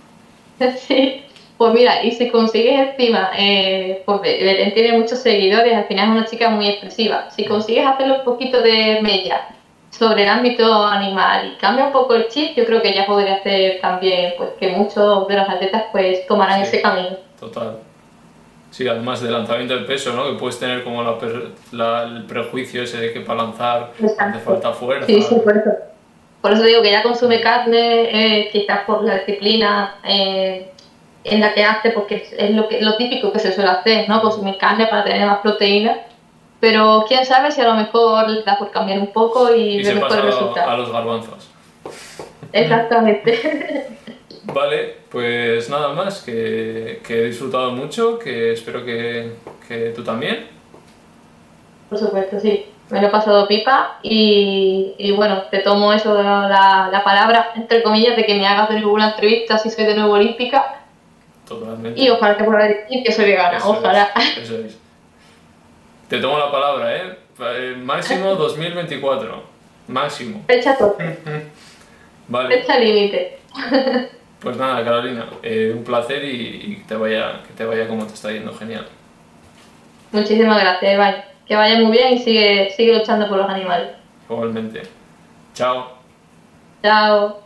Sí, pues mira, y si consigues encima, pues Belén tiene muchos seguidores, al final es una chica muy expresiva. Si consigues hacerle un poquito de mella sobre el ámbito animal y cambia un poco el chip, yo creo que ya podría hacer también pues que muchos de los atletas pues tomaran Sí, ese camino. total. Sí, además del lanzamiento del peso, ¿no? Que puedes tener como el prejuicio ese de que para lanzar hace Exacto. falta Sí, sí, fuerza. por eso. Por eso digo que ella consume carne, quizás por la disciplina en la que hace, porque es lo típico que se suele hacer, ¿no? Consumir carne para tener más proteína. Pero quién sabe si a lo mejor le da por cambiar un poco y Y ver se pasa mejores a resultados. los garbanzos. Exactamente. Vale, pues nada más, que he disfrutado mucho, que espero que tú también. Por supuesto, sí. Me lo he pasado pipa y bueno, te tomo eso de la palabra, entre comillas, de que me hagas de nuevo una entrevista si soy de nuevo olímpica y Totalmente. ojalá te pueda decir que soy vegana, Eso es, ojalá. eso es. Te tomo la palabra, ¿eh? Máximo 2024. Máximo. Fecha tope, Vale. fecha límite. Pues nada, Carolina, un placer y que te vaya como te está yendo, genial. Muchísimas gracias, Iván. Que vaya muy bien y sigue luchando por los animales. Igualmente. Chao. Chao.